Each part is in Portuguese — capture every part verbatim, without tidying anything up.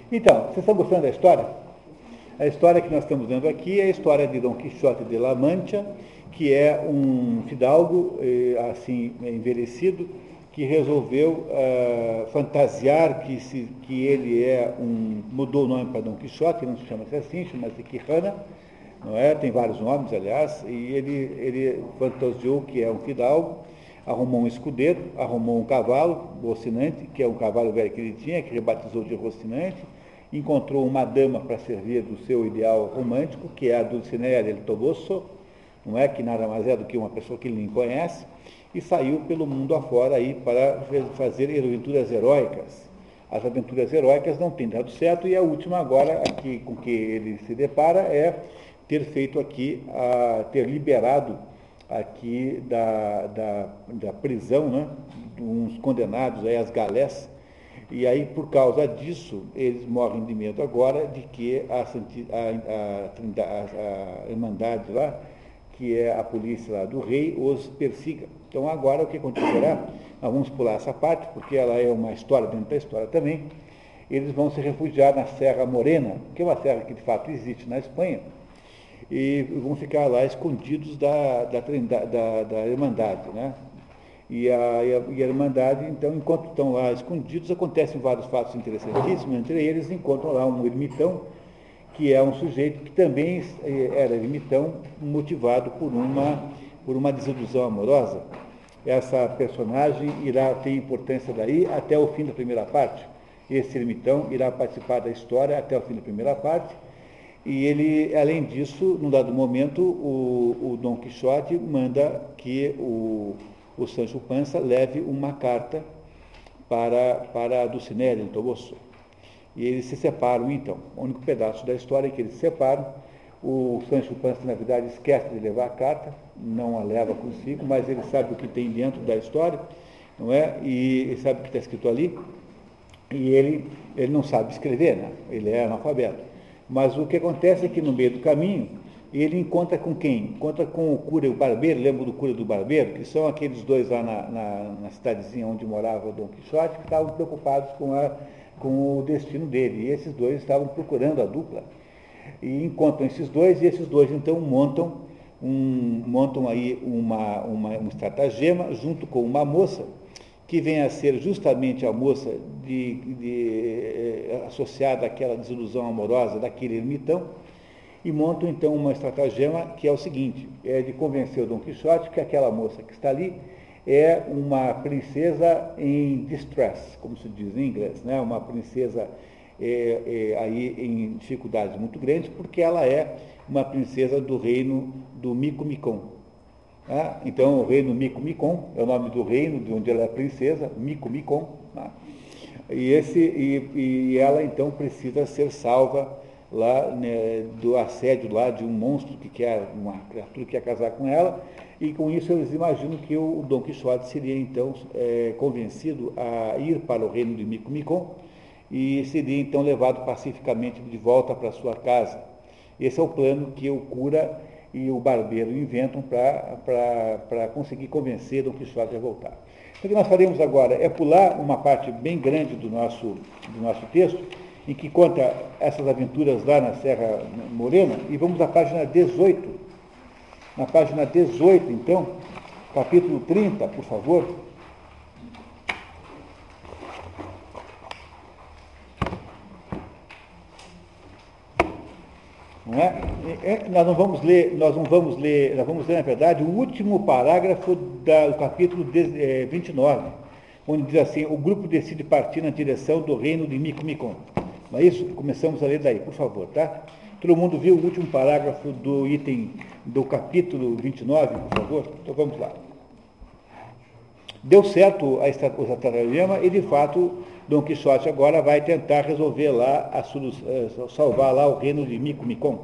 Então, vocês estão gostando da história? A história que nós estamos vendo aqui é a história de Dom Quixote de La Mancha, que é um fidalgo, assim, envelhecido, que resolveu uh, fantasiar que, se, que ele é um... mudou o nome para Dom Quixote, não se chama assim, chama-se Quijana, não é? Tem vários nomes, aliás, e ele, ele fantasiou que é um fidalgo, arrumou um escudeiro, arrumou um cavalo, Rocinante, que é um cavalo velho que ele tinha, que rebatizou de Rocinante, encontrou uma dama para servir do seu ideal romântico, que é a Dulcinea del Toboso, não é? Que nada mais é do que uma pessoa que ele nem conhece, e saiu pelo mundo afora aí para fazer aventuras heróicas. As aventuras heróicas não têm dado certo, e a última agora, aqui com que ele se depara, é ter feito aqui, a, ter liberado aqui da, da, da prisão, né, uns condenados aí às galés, e aí por causa disso eles morrem de medo agora de que a, a, a, a Irmandade lá, que é a polícia lá do rei, os persiga. Então agora o que acontecerá? Nós vamos pular essa parte, porque ela é uma história dentro da história também. Eles vão se refugiar na Serra Morena, que é uma serra que de fato existe na Espanha, e vão ficar lá escondidos da, da, da, da Irmandade, né? E a, e a Irmandade, então, enquanto estão lá escondidos, acontecem vários fatos interessantíssimos, entre eles encontram lá um ermitão, que é um sujeito que também era ermitão, motivado por uma, por uma desilusão amorosa. Essa personagem irá ter importância daí até o fim da primeira parte. Esse ermitão irá participar da história até o fim da primeira parte. E ele, além disso, num dado momento, o, o Dom Quixote manda que o, o Sancho Panza leve uma carta para, para a Dulcinea del Toboso. E eles se separam, então. O único pedaço da história é que eles se separam. O Sancho Panza, na verdade, esquece de levar a carta, não a leva consigo, mas ele sabe o que tem dentro da história, não é? E ele sabe o que está escrito ali. E ele, ele não sabe escrever, né? Ele é analfabeto. Mas o que acontece é que no meio do caminho, ele encontra com quem? Encontra com o cura e o barbeiro, lembra do cura e do barbeiro? Que são aqueles dois lá na, na, na cidadezinha onde morava o Dom Quixote, que estavam preocupados com, a, com o destino dele. E esses dois estavam procurando a dupla. E encontram esses dois, e esses dois então montam, um, montam aí uma, uma, um estratagema junto com uma moça, que vem a ser justamente a moça de, de, associada àquela desilusão amorosa daquele ermitão, e montam então uma estratagema que é o seguinte, é de convencer o Dom Quixote que aquela moça que está ali é uma princesa em distress, como se diz em inglês, né? Uma princesa é, é, aí em dificuldades muito grandes, porque ela é uma princesa do reino do Micomicon. Ah, então, o reino Micomicon é o nome do reino de onde ela é princesa, Micomicon. Ah, e, esse, e, e ela, então, precisa ser salva lá, né, do assédio lá de um monstro que quer, uma criatura que quer casar com ela, e com isso eles imaginam que o, o Dom Quixote seria, então, é, convencido a ir para o reino de Micomicon e seria, então, levado pacificamente de volta para sua casa. Esse é o plano que o cura e o barbeiro inventam para conseguir convencer Dom Quixote a voltar. Então, o que nós faremos agora é pular uma parte bem grande do nosso, do nosso texto, em que conta essas aventuras lá na Serra Morena, e vamos à página dezoito. Na página dezoito, então, capítulo trinta, por favor. Não é? É, nós não vamos ler, nós não vamos ler, nós vamos ler, na verdade, o último parágrafo da, do capítulo vinte e nove, onde diz assim, o grupo decide partir na direção do reino de Micomicon. Não é isso? Começamos a ler daí, por favor, tá? Todo mundo viu o último parágrafo do item do capítulo vinte e nove, por favor? Então vamos lá. Deu certo a, o estratagema e, de fato, Dom Quixote agora vai tentar resolver lá, a solução, salvar lá o reino de Micomicon.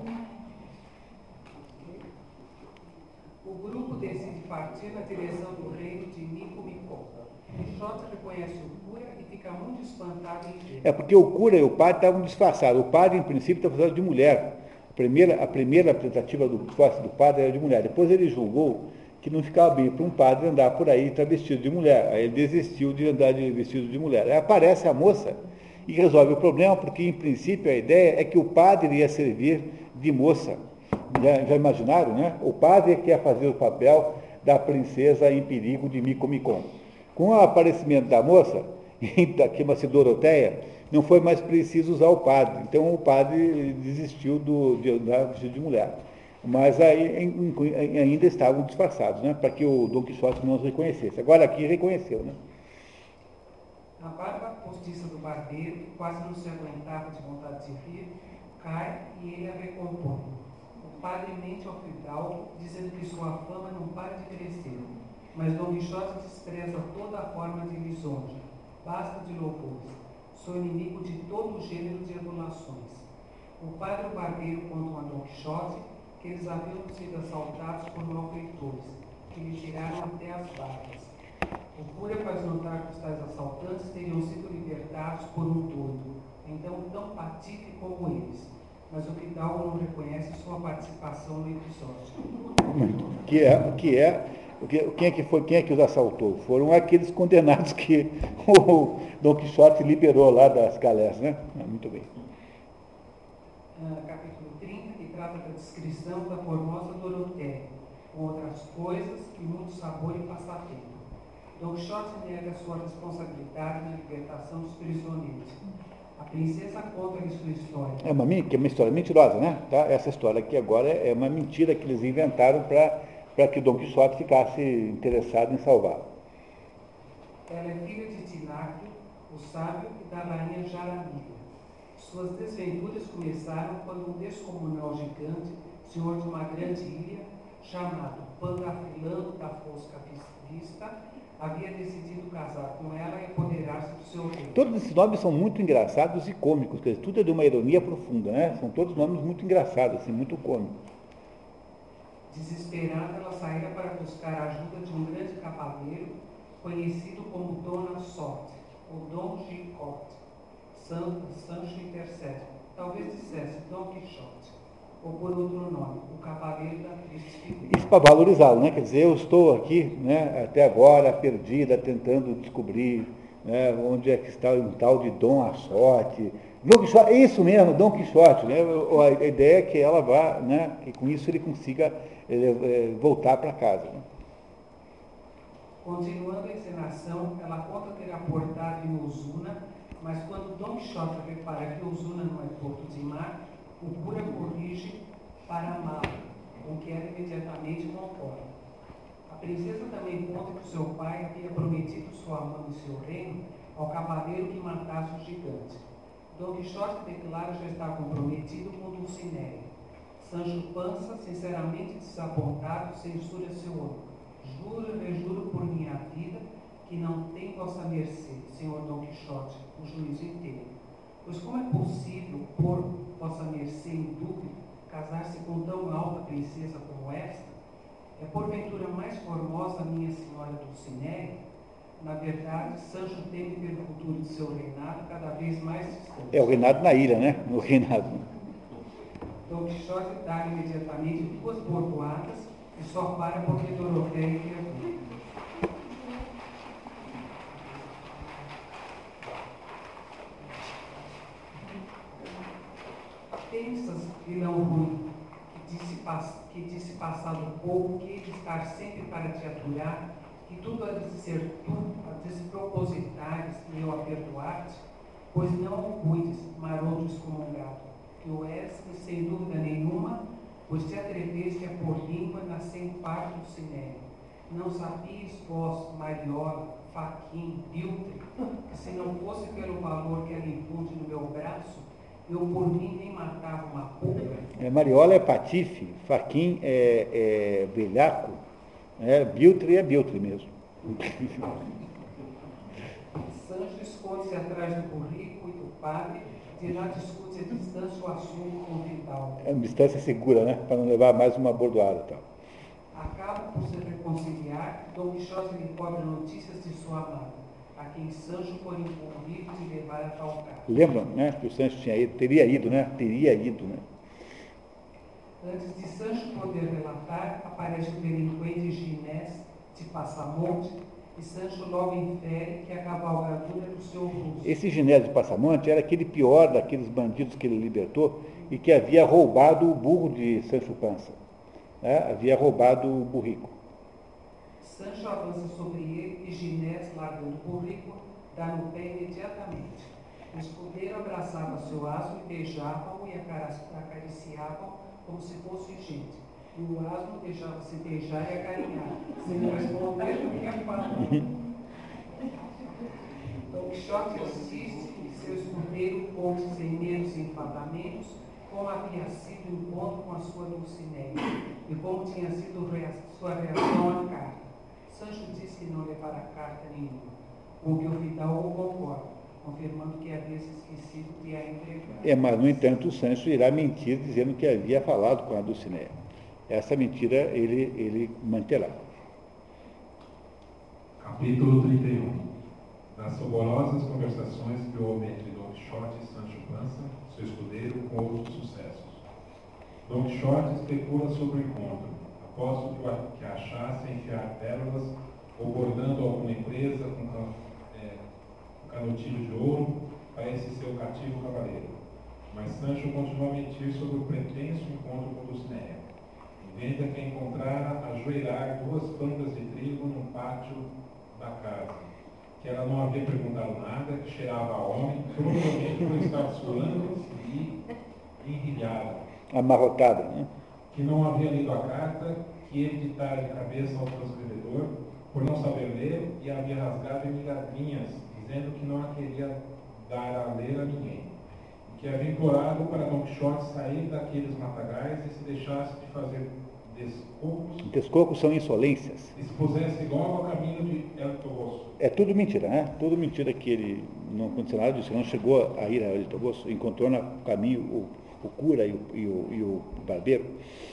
O grupo decide partir na direção do reino de Micomicon. Quixote reconhece o cura e fica muito espantado em ver. É porque o cura e o padre estavam disfarçados. O padre, em princípio, estava fazendo de mulher. A primeira, a primeira tentativa do do padre era de mulher. Depois ele julgou que não ficava bem para um padre andar por aí travestido de mulher. Aí ele desistiu de andar de vestido de mulher. Aí aparece a moça, e resolve o problema, porque em princípio a ideia é que o padre ia servir de moça. Já, já imaginaram, né? O padre é que ia fazer o papel da princesa em perigo de Micomicon. Com o aparecimento da moça, que chama-se Doroteia, não foi mais preciso usar o padre. Então o padre desistiu do, de andar vestido de mulher. Mas aí em, em, ainda estavam disfarçados, né? Para que o Dom Quixote não os reconhecesse. Agora aqui reconheceu, né? A barba postiça do barbeiro, que quase não se aguentava de vontade de rir, cai e ele a recompõe. O padre mente ao fidalgo, dizendo que sua fama não para de crescer, mas Dom Quixote despreza toda a forma de lisonja. Basta de louvores. Sou inimigo de todo o gênero de adulações. O padre e o barbeiro contam a Dom Quixote que eles haviam sido assaltados por malfeitores, que lhe tiraram até as barbas. O cura faz notar que os tais assaltantes teriam sido libertados por um tordo, então tão patife como eles, mas o fidalgo não reconhece sua participação no episódio. Que é, que é, quem é que foi, quem é que os assaltou? Foram aqueles condenados que o Dom Quixote liberou lá das galés, né? Muito bem. Uh, capítulo trinta, que trata da descrição da formosa Doroteia, com outras coisas e muito sabor e passatempo. Dom Quixote nega sua responsabilidade na libertação dos prisioneiros. A princesa conta-lhe sua história. É uma, que é uma história mentirosa, né? Tá? Essa história aqui agora é uma mentira que eles inventaram para que Dom Quixote ficasse interessado em salvá-la. Ela é filha de Tináquio, o sábio, e da rainha Jaramiga. Suas desventuras começaram quando um descomunal gigante, senhor de uma grande ilha, chamado Pangafilano da Fosca Vista, havia decidido casar com ela e apoderar-se do seu reino. Todos esses nomes são muito engraçados e cômicos, quer dizer, tudo é de uma ironia profunda, né? São todos nomes muito engraçados, assim, muito cômicos. Desesperada, ela saíra para buscar a ajuda de um grande cavaleiro, conhecido como Dona Sorte, ou Dom Quixote. Santo, Sancho intercede, talvez dissesse Dom Quixote, ou por outro nome, o cavaleiro da triste figura. Isso para valorizá-lo, né? Quer dizer, eu estou aqui, né, até agora, perdida, tentando descobrir, né, onde é que está um tal de Dom Açote. Dom Quixote, é isso mesmo, Dom Quixote, né? A ideia é que ela vá, né, que com isso ele consiga ele, voltar para casa. Né? Continuando a encenação, ela conta ter aportado em Osuna, mas quando Dom Quixote repara que Osuna não é porto de mar, o cura corrige para Malo, com que ela imediatamente concorda. A princesa também conta que o seu pai havia prometido sua mão e seu reino ao cavaleiro que matasse o gigante. Dom Quixote declara já estar comprometido com Dulcinea. Sancho Panza, sinceramente desapontado, censura seu amo. Juro e rejuro por minha vida que não tem vossa mercê, senhor Dom Quixote, o juízo inteiro. Pois como é possível pôr vossa mercê em dúvida, casar-se com tão alta princesa como esta? É porventura mais formosa minha senhora Dulcinea? Na verdade, Sancho teme pelo futuro de seu reinado cada vez mais distante. É o reinado na ilha, né? O reinado. Dom Quixote dá imediatamente duas bordoadas e só para porque Doroteia pergunta. Pensas, vilão ruim, que disse, que disse passado pouco, que ele estar sempre para te aturar, que tudo há de ser tu, a despropositares e eu a perdoar-te? Pois não o cuides, maroto excomungado, que o és, e sem dúvida nenhuma, pois te atreveste a pôr língua na sem parte do cinema. Não sabias vós, Mariola, Faquim, Biltre, que se não fosse pelo valor que ela infunde no meu braço, eu por mim nem matava uma pulga. É, Mariola é patife, Faquim é, é velhaco, é, Biltre é Biltre mesmo. Sancho esconde-se atrás do currículo e do padre, de lá discute a distância o assunto com o Vidal. É uma distância segura, né? Para não levar mais uma bordoada. Tal. Acaba por se reconciliar, Dom Quixote lhe cobra notícias de sua amada, a quem Sancho foi incumbido de levar a tal casa. Lembram, né? Que o Sancho tinha ido, teria ido, né? Teria ido, né? Antes de Sancho poder relatar, aparece o delinquente Ginés de Passamonte, E Sancho logo infere que a cavalgadura é do seu russo. Esse Ginés de Passamonte era aquele pior daqueles bandidos que ele libertou e que havia roubado o burro de Sancho Panza. Né? Havia roubado o burrico. Sancho avança sobre ele e Ginés, largando o burrico, dá no pé imediatamente. O escudeiro abraçava seu asno e beijava-o e acariciava-o como se fosse gente. E o asno deixava-se beijar e acarinhar, sem responder o que a fala. Don Quixote assiste e seu escudeiro conta sem medos e enfadamentos como havia sido o encontro com a sua Dulcinea e como tinha sido rea- sua reação à carta. Sancho diz que não levará carta nenhuma, com que o fidalgo concorda, confirmando que havia se esquecido de a entregar. É, mas, no entanto, o Sancho irá mentir dizendo que havia falado com a Dulcinea. Essa mentira ele, ele manterá. Capítulo trinta e um. Das saborosas conversações que houve entre Don Quixote e Sancho Panza, seu escudeiro, com outros sucessos. Don Quixote especula sobre o encontro, aposto que, o, que achasse enfiar pérolas ou bordando alguma empresa com can, é, canutilho de ouro para esse seu cativo cavaleiro. Mas Sancho continua a mentir sobre o pretenso encontro com Dulcinea. Inventa que encontrara ajoelhar duas pandas de trigo no pátio da casa, que ela não havia perguntado nada, que cheirava a homem, provavelmente por estar suando e enrilhada. Amarrotada, né? Que não havia lido a carta, que ele ditara de cabeça ao transcrevedor, por não saber ler, e havia rasgado em migalhinhas, dizendo que não a queria dar a ler a ninguém. Que havia implorado para Don Quixote sair daqueles matagais e se deixasse de fazer descocos. Descocos são insolências. E se pusesse logo ao caminho de El Toboso. É tudo mentira, né? Tudo mentira que ele não aconteceu nada disso. Não chegou a ir a El Toboso, encontrou no caminho o, o cura e o, e, o, e o barbeiro.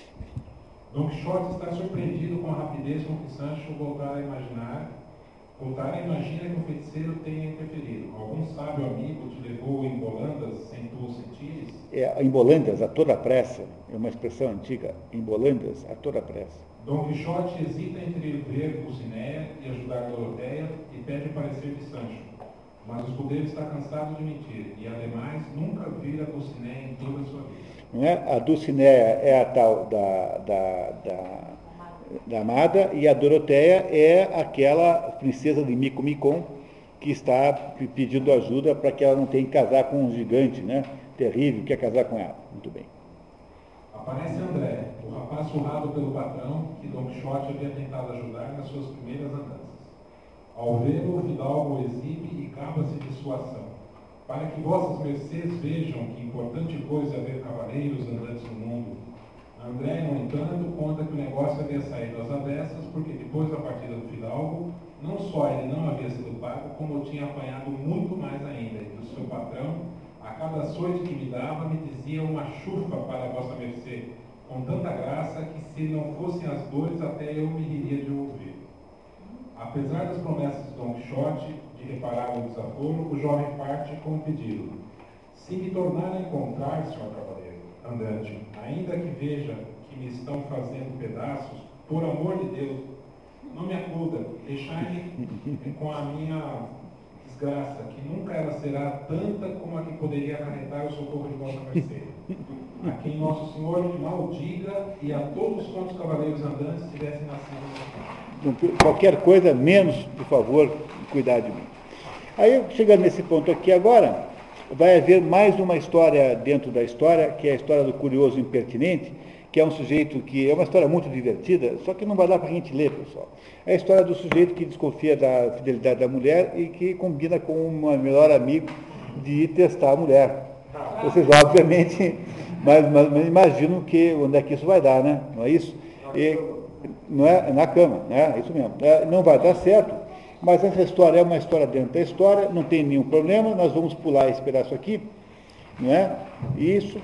Don Quixote está surpreendido com a rapidez com que Sancho voltar a imaginar Voltara imagina que o feiticeiro tenha interferido. Algum sábio amigo te levou em bolandas sem tu o sentires? É, em bolandas, a toda pressa, é uma expressão antiga, em bolandas, a toda pressa. Dom Quixote hesita entre ver Dulcinea e ajudar Doroteia e pede parecer de Sancho. Mas o escudeiro está cansado de mentir e, ademais, nunca vira Dulcinea em toda a sua vida. Não é? A Dulcinea é a tal da, da, da, da amada e a Doroteia é aquela princesa de Micomicon que está pedindo ajuda para que ela não tenha que casar com um gigante, né? Terrível, que quer casar com ela. Muito bem. Aparece André, o rapaz surrado pelo patrão que Dom Quixote havia tentado ajudar nas suas primeiras andanças. Ao vê-lo, o fidalgo exibe e gaba-se de sua ação. Para que vossas mercês vejam que importante coisa é haver cavaleiros andantes no mundo. André, no entanto, conta que o negócio havia saído às avessas, porque depois da partida do fidalgo, não só ele não havia sido pago, como eu tinha apanhado muito mais ainda, e do seu patrão, a cada açoite que me dava, me dizia uma chufa para a vossa mercê, com tanta graça que, se não fossem as dores, até eu me riria de ouvir. Apesar das promessas de Dom Quixote de reparar o desaforo, o jovem parte com um pedido. Se me tornar a encontrar, senhor cavaleiro, andante, ainda que veja que me estão fazendo pedaços, por amor de Deus, não me acuda, deixai-me com a minha desgraça, que nunca ela será tanta como a que poderia acarretar o socorro de vossa mercê. A quem nosso Senhor maldiga e a todos quantos cavaleiros andantes tivessem nascido. Qualquer coisa menos, por favor, cuidar de mim. Aí, chegando nesse ponto aqui agora, vai haver mais uma história dentro da história, que é a história do curioso impertinente, que é um sujeito que é uma história muito divertida, só que não vai dar para a gente ler, pessoal. É a história do sujeito que desconfia da fidelidade da mulher e que combina com um melhor amigo de ir testar a mulher. Vocês, obviamente, mas, mas, mas imaginam que, onde é que isso vai dar, né? Não é isso? E, não é na cama, né? É isso mesmo. É, não vai dar certo, mas essa história é uma história dentro da história, não tem nenhum problema, nós vamos pular esse pedaço aqui, não é? Isso.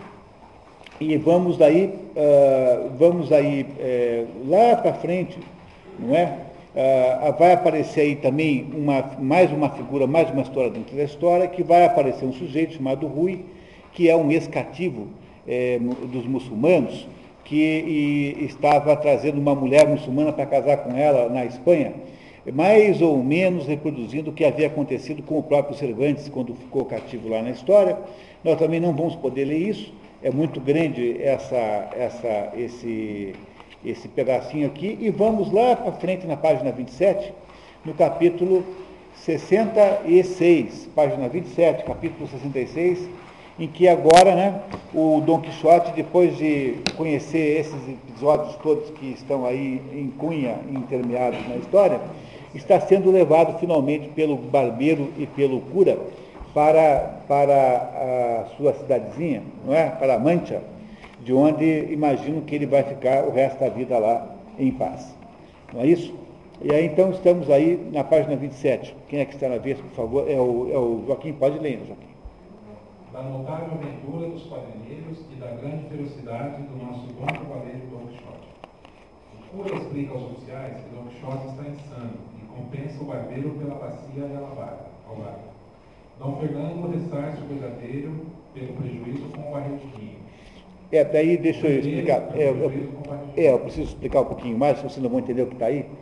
E vamos daí, uh, vamos aí uh, lá para frente, não é? Uh, vai aparecer aí também uma, mais uma figura, mais uma história dentro da história, que vai aparecer um sujeito chamado Rui, que é um ex-cativo eh, dos muçulmanos, que e, estava trazendo uma mulher muçulmana para casar com ela na Espanha, mais ou menos reproduzindo o que havia acontecido com o próprio Cervantes quando ficou cativo lá na história. Nós também não vamos poder ler isso, é muito grande essa, essa, esse, esse pedacinho aqui, e vamos lá para frente na página vinte e sete, no capítulo sessenta e seis, página vinte e sete, capítulo sessenta e seis, em que agora, né, o Dom Quixote, depois de conhecer esses episódios todos que estão aí em cunha, intermeados na história, está sendo levado finalmente pelo barbeiro e pelo cura para, para a sua cidadezinha, não é? Para Mancha, de onde imagino que ele vai ficar o resto da vida lá em paz. Não é isso? E aí então estamos aí na página vinte e sete. Quem é que está na vez, por favor? É o, é o Joaquim, pode ler, Joaquim. Da notável aventura dos quadrinheiros e da grande ferocidade do nosso bom cavaleiro Dom Quixote. O cura explica aos oficiais que Dom Quixote está insano e compensa o barbeiro pela bacia e a lavada, ao lado. Dom Fernando ressarce o verdadeiro pelo prejuízo com o barril de vinho. É, daí deixa eu explicar. É, eu, é, eu preciso explicar um pouquinho mais, se vocês não vão entender o que está aí.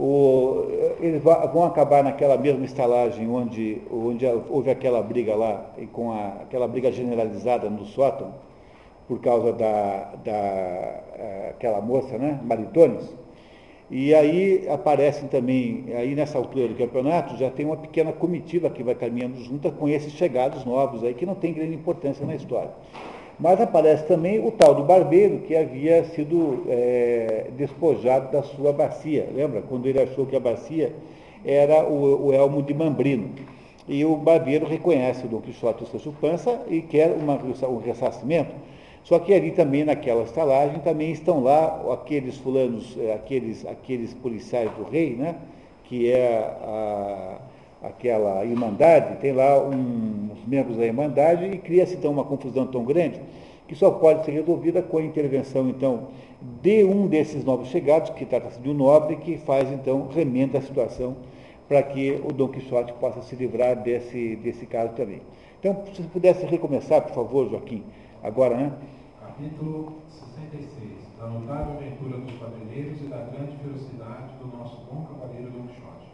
O, eles vão acabar naquela mesma estalagem onde, onde houve aquela briga lá, com a, aquela briga generalizada no sótão, por causa da, da aquela moça, né, Maritones. E aí aparecem também, aí nessa altura do campeonato, já tem uma pequena comitiva que vai caminhando junto com esses chegados novos aí, que não tem grande importância na história. Mas aparece também o tal do barbeiro, que havia sido é, despojado da sua bacia. Lembra? Quando ele achou que a bacia era o, o elmo de Mambrino. E o barbeiro reconhece o Dom Quixote o Sancho Pança e quer uma, um ressarcimento. Só que ali também, naquela estalagem, também estão lá aqueles fulanos, aqueles, aqueles policiais do rei, né? Que é a... aquela Irmandade, tem lá um, uns membros da Irmandade, e cria-se então uma confusão tão grande que só pode ser resolvida com a intervenção então de um desses novos chegados, que trata-se de um nobre, que faz então, remenda a situação para que o Dom Quixote possa se livrar desse, desse caso também. Então, se você pudesse recomeçar, por favor, Joaquim, agora, né? Capítulo sessenta e seis, da notável aventura dos quadrinheiros e da grande ferocidade do nosso bom cavaleiro Dom Quixote.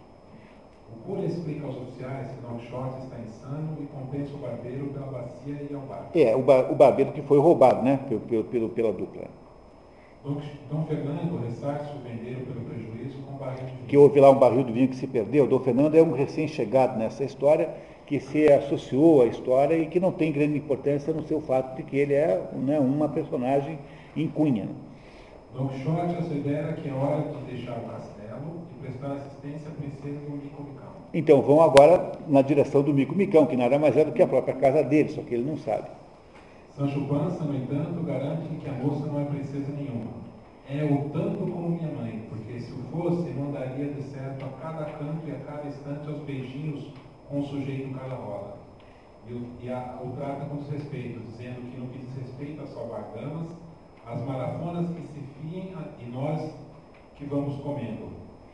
O cura explica aos oficiais que Dom Quixote está insano e compensa o barbeiro pela bacia e ao bar. É, o, bar, o barbeiro que foi roubado, né, pelo, pelo, pela dupla. Dom, Dom Fernando ressarce o vendeiro pelo prejuízo com o barril de vinho. Que houve lá um barril de vinho que se perdeu. Dom Fernando é um recém-chegado nessa história, que se associou à história e que não tem grande importância no seu fato de que ele é, né, uma personagem em cunha. Dom Quixote assevera que é hora de deixar o castelo e prestar assistência à princesa do Mico Micão. Então vão agora na direção do Mico Micão, que nada mais é do que a própria casa dele, só que ele não sabe. Sancho Pança, no entanto, garante que a moça não é princesa nenhuma. É o tanto como minha mãe, porque se o fosse, não daria de certo a cada canto e a cada instante aos beijinhos com o sujeito cada roda. E, o, e a, o trata com desrespeito, dizendo que no que diz respeito a salvar damas, as marafonas que se fiem a, e nós que vamos comendo.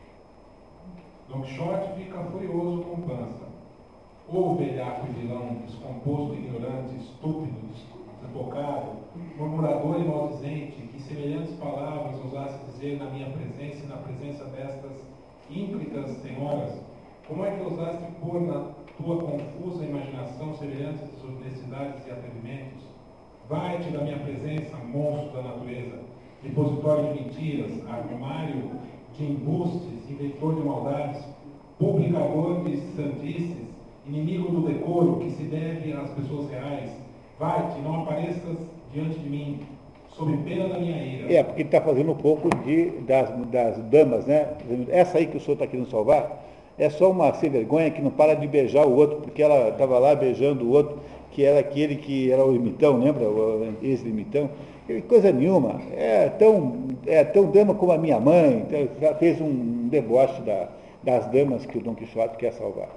Don Quixote fica furioso com Pança. Ô velhaco e vilão, descomposto, ignorante, estúpido, desbocado, murmurador e maldizente, que semelhantes palavras ousasse dizer na minha presença e na presença destas ímplitas senhoras, como é que ousaste pôr na tua confusa imaginação semelhantes desonestidades e atrevimentos? Vai-te da minha presença, monstro da natureza, depositório de mentiras, armário de embustes, inventor de maldades, publicador de sandices, inimigo do decoro que se deve às pessoas reais. Vai-te, não apareças diante de mim, sob pena da minha ira. É, porque ele está fazendo um pouco de, das, das damas, né? Essa aí que o senhor está querendo salvar é só uma sem vergonha que não para de beijar o outro, porque ela estava lá beijando o outro, que era aquele que era o ermitão, lembra? O ex-ermitão. Coisa nenhuma. É tão, é tão dama como a minha mãe. Então, já fez um deboche da, das damas que o Dom Quixote quer salvar.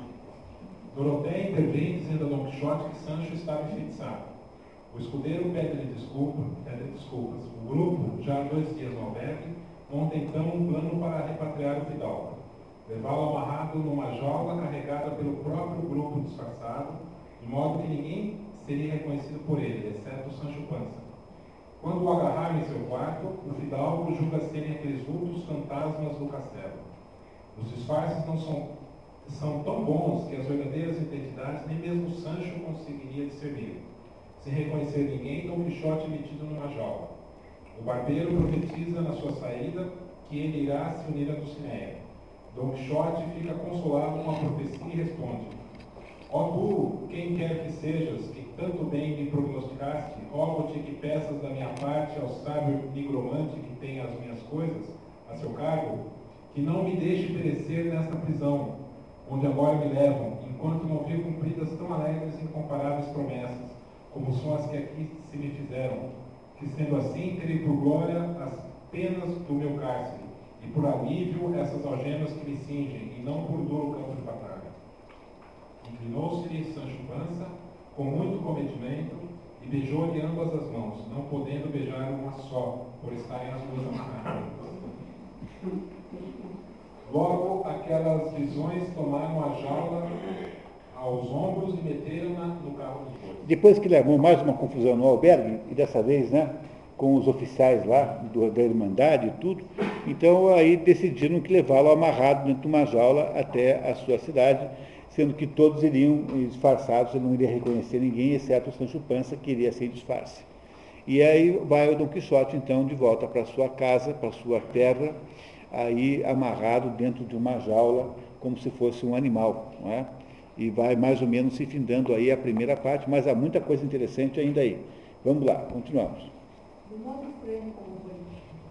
Doroteia intervém dizendo a Dom Quixote que Sancho estava enfeitiçado. O escudeiro pede-lhe desculpa, pede desculpas. O grupo, já há dois dias no albergue, monta então um plano para repatriar o fidalgo. Levá-lo amarrado numa jaula carregada pelo próprio grupo disfarçado, de modo que ninguém seria reconhecido por ele, exceto Sancho Pança. Quando o agarrar em seu quarto, o fidalgo julga serem aqueles vultos fantasmas do castelo. Os disfarces não são, são tão bons que as verdadeiras identidades nem mesmo Sancho conseguiria discernir. Sem reconhecer ninguém, Dom Quixote é metido numa jaula. O barbeiro profetiza na sua saída que ele irá se unir a Dulcinea. Dom Quixote fica consolado com a profecia e responde: ó tu, quem quer que sejas, que tanto bem me prognosticaste, rogo-te que peças da minha parte ao sábio nigromante que tem as minhas coisas a seu cargo, que não me deixe perecer nesta prisão, onde agora me levam, enquanto não vir cumpridas tão alegres e incomparáveis promessas, como são as que aqui se me fizeram, que sendo assim terei por glória as penas do meu cárcere, e por alívio essas algemas que me cingem, e não por duro campo de batalha. Inclinou-se-lhe Sancho Panza com muito cometimento e beijou-lhe ambas as mãos, não podendo beijar uma só, por estarem as duas amarradas. Logo aquelas visões tomaram a jaula aos ombros e meteram-na no carro dos bois. Depois que levou mais uma confusão no albergue, e dessa vez, né, com os oficiais lá do, da Irmandade e tudo, então aí decidiram que levá-lo amarrado dentro de uma jaula até a sua cidade, sendo que todos iriam disfarçados, ele não iria reconhecer ninguém, exceto o Sancho Panza, que iria sem disfarce. E aí vai o Dom Quixote, então, de volta para sua casa, para sua terra, aí amarrado dentro de uma jaula, como se fosse um animal, não é? E vai mais ou menos se findando aí a primeira parte, mas há muita coisa interessante ainda aí. Vamos lá, continuamos. Do modo estranho como foi,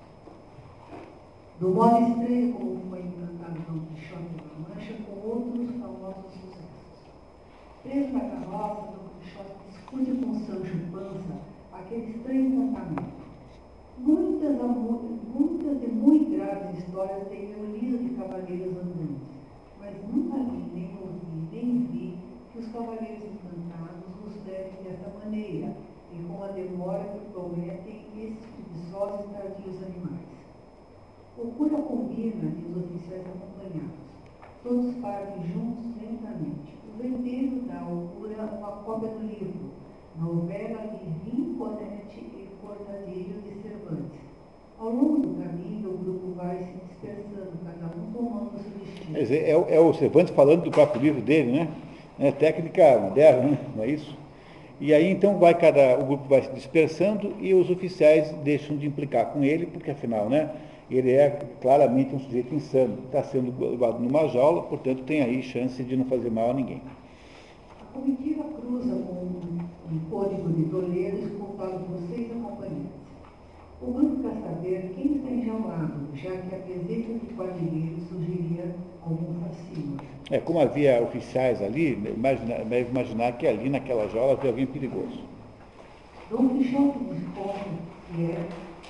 do modo estranho como foi encantado Dom Quixote da Mancha com outros famosos sucessos. Preso na carroça, Dom Quixote discute com Sancho Panza aquele estranho encantamento. Muitas, muitas e muito graves histórias têm eu lido de cavaleiros andantes, mas nunca li, nem ouvi, nem vi que os cavaleiros encantados nos levem dessa maneira, e com a demora que prometem esses preguiçosos e tardios animais. O cura combina, diz os oficiais acompanhados. Todos partem juntos lentamente. O vendeiro dá ao cura uma cópia do livro, novela de Rinconete e Cortadilho de Cervantes. Ao longo do caminho, o grupo vai se dispersando, cada um tomando o seu destino. Quer dizer, é, é o Cervantes falando do próprio livro dele, né? É técnica moderna, né? Não é isso? E aí, então, vai cada, o grupo vai se dispersando e os oficiais deixam de implicar com ele, porque, afinal, né, ele é claramente um sujeito insano. Está sendo levado numa jaula, portanto, tem aí chance de não fazer mal a ninguém. A comitiva cruza com um, um código de Toledo escoltado por seis acompanhantes. O grupo quer saber quem está enjaulado, já que a presença de quadrilheiros sugeria algum fascínio. É, como havia oficiais ali, imagina, deve imaginar que ali naquela jaula havia alguém perigoso. Dom Quixote descobre que é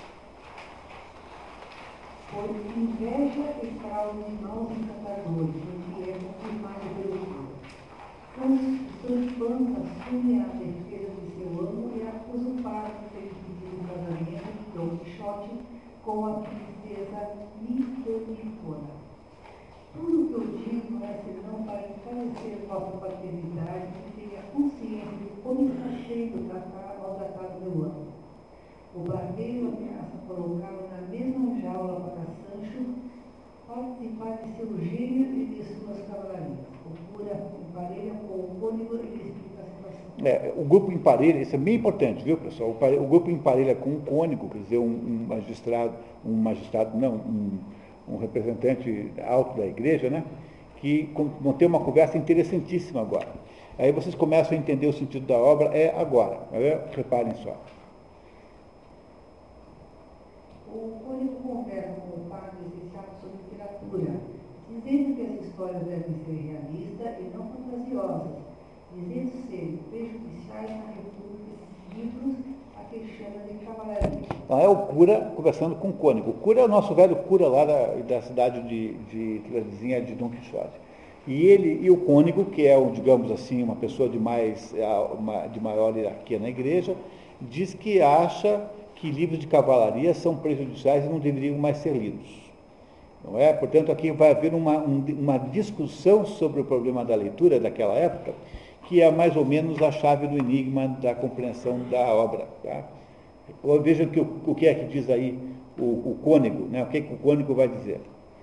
por inveja e fraude de maus encantadores, o que é confirmado pelo grupo. Sancho Panza assume a defesa de seu amo e acusa o padre de ter pedido o casamento de Dom Quixote com a princesa Micomicona. Tudo o que eu digo não é senão para encarecer nossa paternidade e tenha consciência de como está sendo tratado ao tratado meu amo. O barbeiro ameaça colocá-lo na mesma jaula para Sancho participar de seu gênio e de suas cavalarias. O cura emparelha com o cônego e lhe explica a situação. É, o grupo emparelha, isso é bem importante, viu, pessoal? O, o grupo emparelha com o cônego, quer dizer, um, um magistrado, um magistrado, não, um, um representante alto da igreja, né? Que vão ter uma conversa interessantíssima agora. Aí vocês começam a entender o sentido da obra, é agora. Reparem só. O cônego conversa com o padre licenciado sobre literatura, dizendo que as histórias devem ser realistas e não fantasiosas, dizendo ser prejudiciais na leitura desses livros a que ele chama de cavalaria. Então, é o cura conversando com o cônego. O cura é o nosso velho cura lá da, da cidade de, de, de vizinha de Dom Quixote. E ele e o cônego, que é, digamos assim, uma pessoa de, mais, uma, de maior hierarquia na igreja, diz que acha que livros de cavalaria são prejudiciais e não deveriam mais ser lidos. Não é? Portanto, aqui vai haver uma, um, uma discussão sobre o problema da leitura daquela época, que é mais ou menos a chave do enigma da compreensão da obra. Tá? Vejam que, o, o que é que diz aí o, o cônego, né? O que, é que o cônego vai dizer.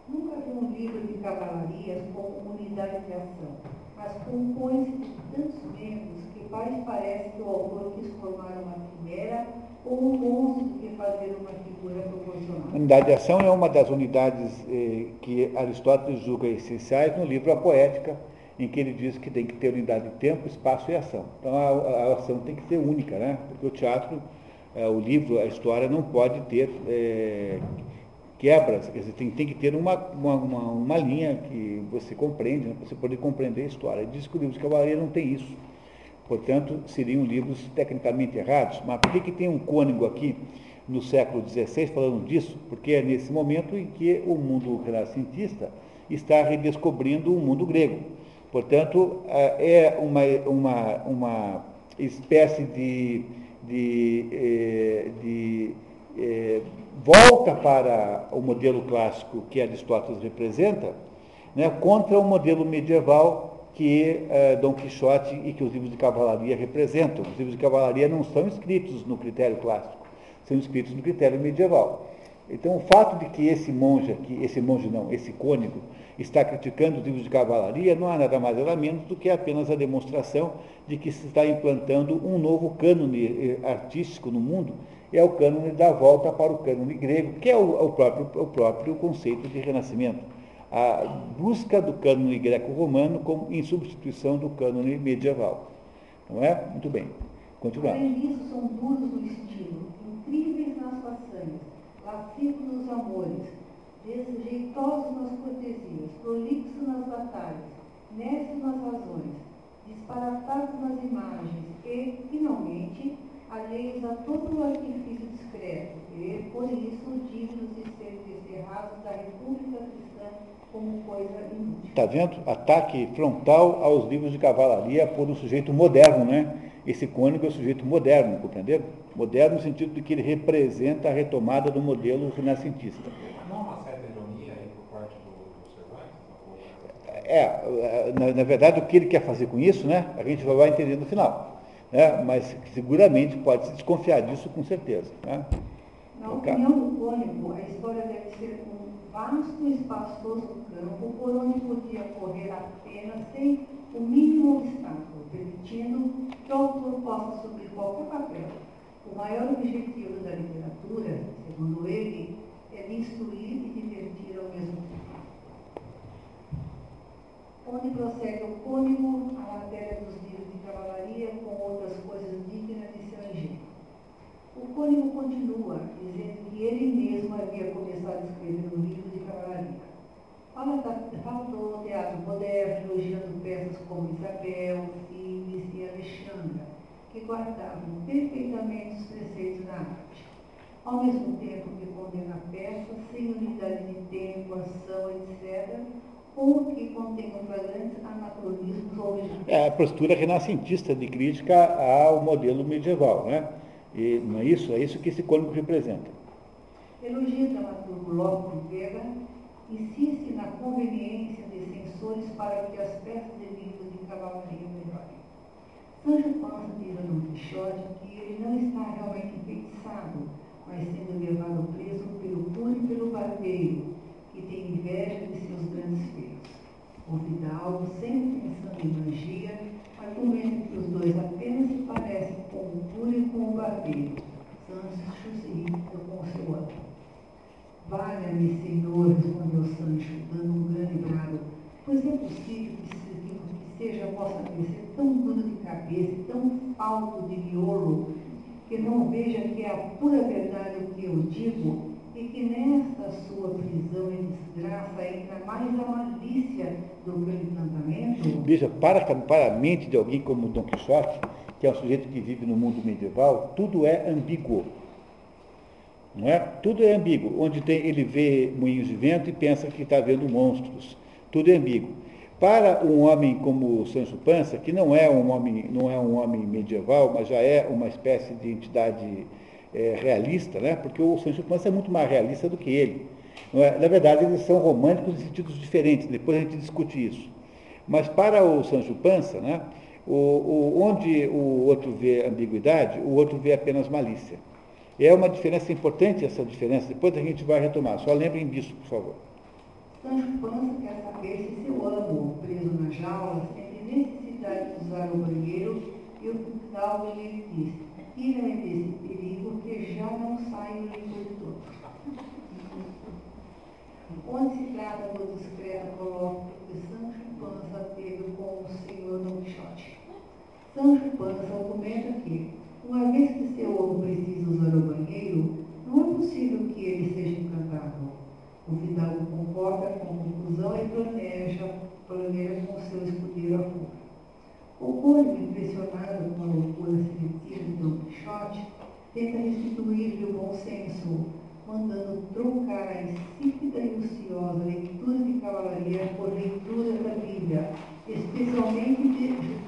Nunca vi um livro de cavalarias como unidade de ação, mas compõe-se de tantos membros que mais parece que o autor quis formar uma quimera ou um monstro do que fazer uma figura proporcional. A unidade de ação é uma das unidades eh, que Aristóteles julga essenciais no livro A Poética, em que ele diz que tem que ter unidade de tempo, espaço e ação. Então a, a ação tem que ser única, né? Porque o teatro, eh, o livro, a história não pode ter eh, quebras, quer dizer, tem, tem que ter uma, uma, uma, uma linha que você compreende, né, para você poder compreender a história. Ele diz que o livro de cavalaria não tem isso. Portanto, seriam livros tecnicamente errados. Mas por que, que tem um cônego aqui no século dezesseis falando disso? Porque é nesse momento em que o mundo renascentista está redescobrindo o mundo grego. Portanto, é uma, uma, uma espécie de, de, de, de, de volta para o modelo clássico que Aristóteles representa, né, contra o modelo medieval que eh, Dom Quixote e que os livros de cavalaria representam. Os livros de cavalaria não são escritos no critério clássico, são escritos no critério medieval. Então, o fato de que esse monge aqui, esse monge não, esse cônego, está criticando os livros de cavalaria não há nada mais nada menos do que apenas a demonstração de que se está implantando um novo cânone artístico no mundo, é o cânone da volta para o cânone grego, que é o, o, próprio, o próprio conceito de renascimento. A busca do cânone greco-romano como em substituição do cânone medieval. Não é? Muito bem. Continuamos. Além disso, são duros no estilo, incríveis nas façanhas, lascivos nos amores, desjeitosos nas cortesias, prolixos nas batalhas, necios nas razões, disparatados nas imagens e, finalmente, alheios a todo o artifício discreto, e, por isso, dignos de ser desterrados da República Cristã como coisa inútil. Está vendo? Ataque frontal aos livros de cavalaria por um sujeito moderno, né? Esse cônego é um sujeito moderno, compreenderam? Moderno no sentido de que ele representa a retomada do modelo renascentista. Não há uma certa ironia aí por parte do, do Cervantes? É, na, na verdade, o que ele quer fazer com isso, né? A gente vai entender no final. Né? Mas seguramente pode-se desconfiar disso com certeza. Né? Na opinião do cônego, a história deve ser um vasto e espaçoso campo por onde podia correr apenas sem o mínimo obstáculo, permitindo que o autor possa assumir qualquer papel. O maior objetivo da literatura, segundo ele, é de instruir e divertir ao mesmo tempo. Onde prossegue o cônego, a matéria dos livros de cavalaria com outras coisas dignas de seu engenho. O cônego continua, dizendo que ele mesmo havia começado a escrever um livro de cavalaria. Fala, fala do teatro moderno, elogiando peças como Isabel, Finis e Alexandra, que guardavam perfeitamente os preceitos da arte. Ao mesmo tempo que condena a peça, sem unidade de tempo, ação, etcétera, ou que contenham flagrantes anacronismos ou originais. É a postura renascentista de crítica ao modelo medieval, né? E não é isso? É isso que esse cônego representa. Elogia o dramaturgo Lope de Vega, insiste na conveniência de censores para que as peças de livros de cavalaria melhorem. Sancho Panza diz a Dom Quixote que ele não está realmente enfeitiçado, mas sendo levado preso pelo puro e pelo barbeiro, que tem inveja de seus grandes feitos. O Fidalgo, sempre pensando em magia, argumenta que os dois apenas se parecem com o puro e com o barbeiro. Sancho se irrita com o seu amo. Valha-me, Senhor, respondeu Sancho, dando um grande brado, pois é possível que, se, que seja a vossa mercê tão duro de cabeça e tão falto de miolo, que não veja que é a pura verdade o que eu digo, e que nesta sua prisão e desgraça entra mais a malícia do que o encantamento? Veja, para, para a mente de alguém como Dom Quixote, que é um sujeito que vive no mundo medieval, tudo é ambíguo. Não é? Tudo é ambíguo. Onde tem, ele vê moinhos de vento e pensa que está vendo monstros. Tudo é ambíguo. Para um homem como Sancho Panza, que não é um homem, não é um homem medieval, mas já é uma espécie de entidade é, realista, né? Porque o Sancho Panza é muito mais realista do que ele. Não é? Na verdade, eles são românticos em sentidos diferentes, depois a gente discute isso. Mas para o Sancho Panza, né, o, o, onde o outro vê ambiguidade, o outro vê apenas malícia. É uma diferença importante essa diferença, depois a gente vai retomar. Só lembrem disso, por favor. Sancho Panza quer saber se seu amo, preso na jaula, sente necessidade de usar o banheiro e o fidalgo lhe diz: tira-me desse perigo que já não saio limpo de todo. Onde se trata do discreto colóquio que Sancho Panza teve com o senhor Don Quixote. Sancho Panza argumenta que, uma vez que seu amo precisa usar o banheiro, não é possível que ele seja encantado. O fidalgo concorda com a conclusão e planeja, planeja com seu escudeiro a fuga. O cônego, impressionado com a loucura selectiva de Don Quixote, tenta restituir-lhe o bom senso, mandando trocar a insípida e ociosa leitura de cavalaria por leitura da Bíblia, especialmente de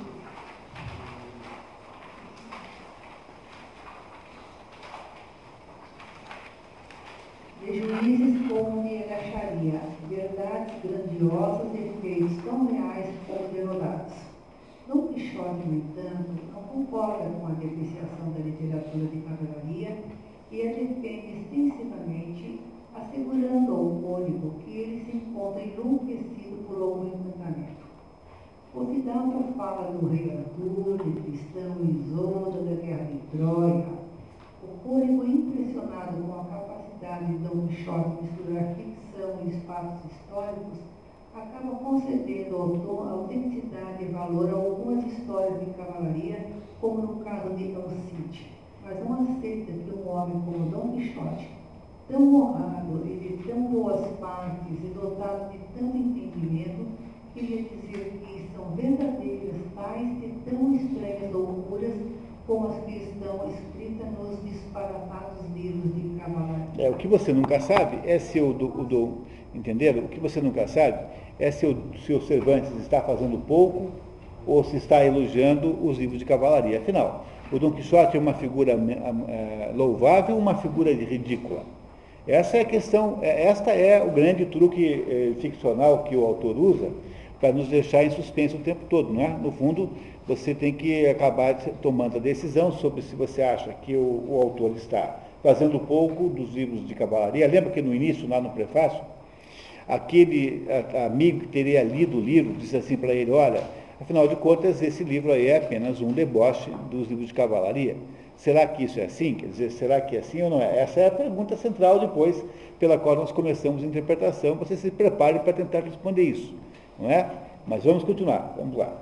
de Juízes como me agacharia, verdades grandiosas e feitos tão reais como denodados. Don Quixote, no entanto, não concorda com a depreciação da literatura de cavalaria e a defende extensivamente, assegurando ao cônego que ele se encontra enlouquecido por algum encantamento. O fidalgo fala do rei Arthur, de Tristão e Isolda, da guerra de Troia. O cônego, impressionado com a capacidade de Don Quixote misturar ficção e espaços históricos, acaba concedendo autenticidade e valor a algumas histórias de cavalaria, como no caso de Alcide, mas não aceita que um homem como Don Quixote, tão honrado e de tão boas partes e dotado de tanto entendimento, queria dizer que são verdadeiras tais e tão estranhas loucuras como as que estão escritas nos disparatados livros de cavalaria. É, o que você nunca sabe é se o do, o do entenderam? O que você nunca sabe é se o, se o Cervantes está fazendo pouco ou se está elogiando os livros de cavalaria. Afinal, o Don Quixote é uma figura é, louvável ou uma figura ridícula? Essa é a questão, esta é o grande truque é, ficcional que o autor usa para nos deixar em suspenso o tempo todo, não é? No fundo, você tem que acabar tomando a decisão sobre se você acha que o, o autor está fazendo pouco dos livros de cavalaria. Lembra que no início, lá no prefácio, aquele amigo que teria lido o livro disse assim para ele: olha, afinal de contas, esse livro aí é apenas um deboche dos livros de cavalaria. Será que isso é assim? Quer dizer, será que é assim ou não é? Essa é a pergunta central depois, pela qual nós começamos a interpretação. Você se prepare para tentar responder isso, não é? Mas vamos continuar, vamos lá.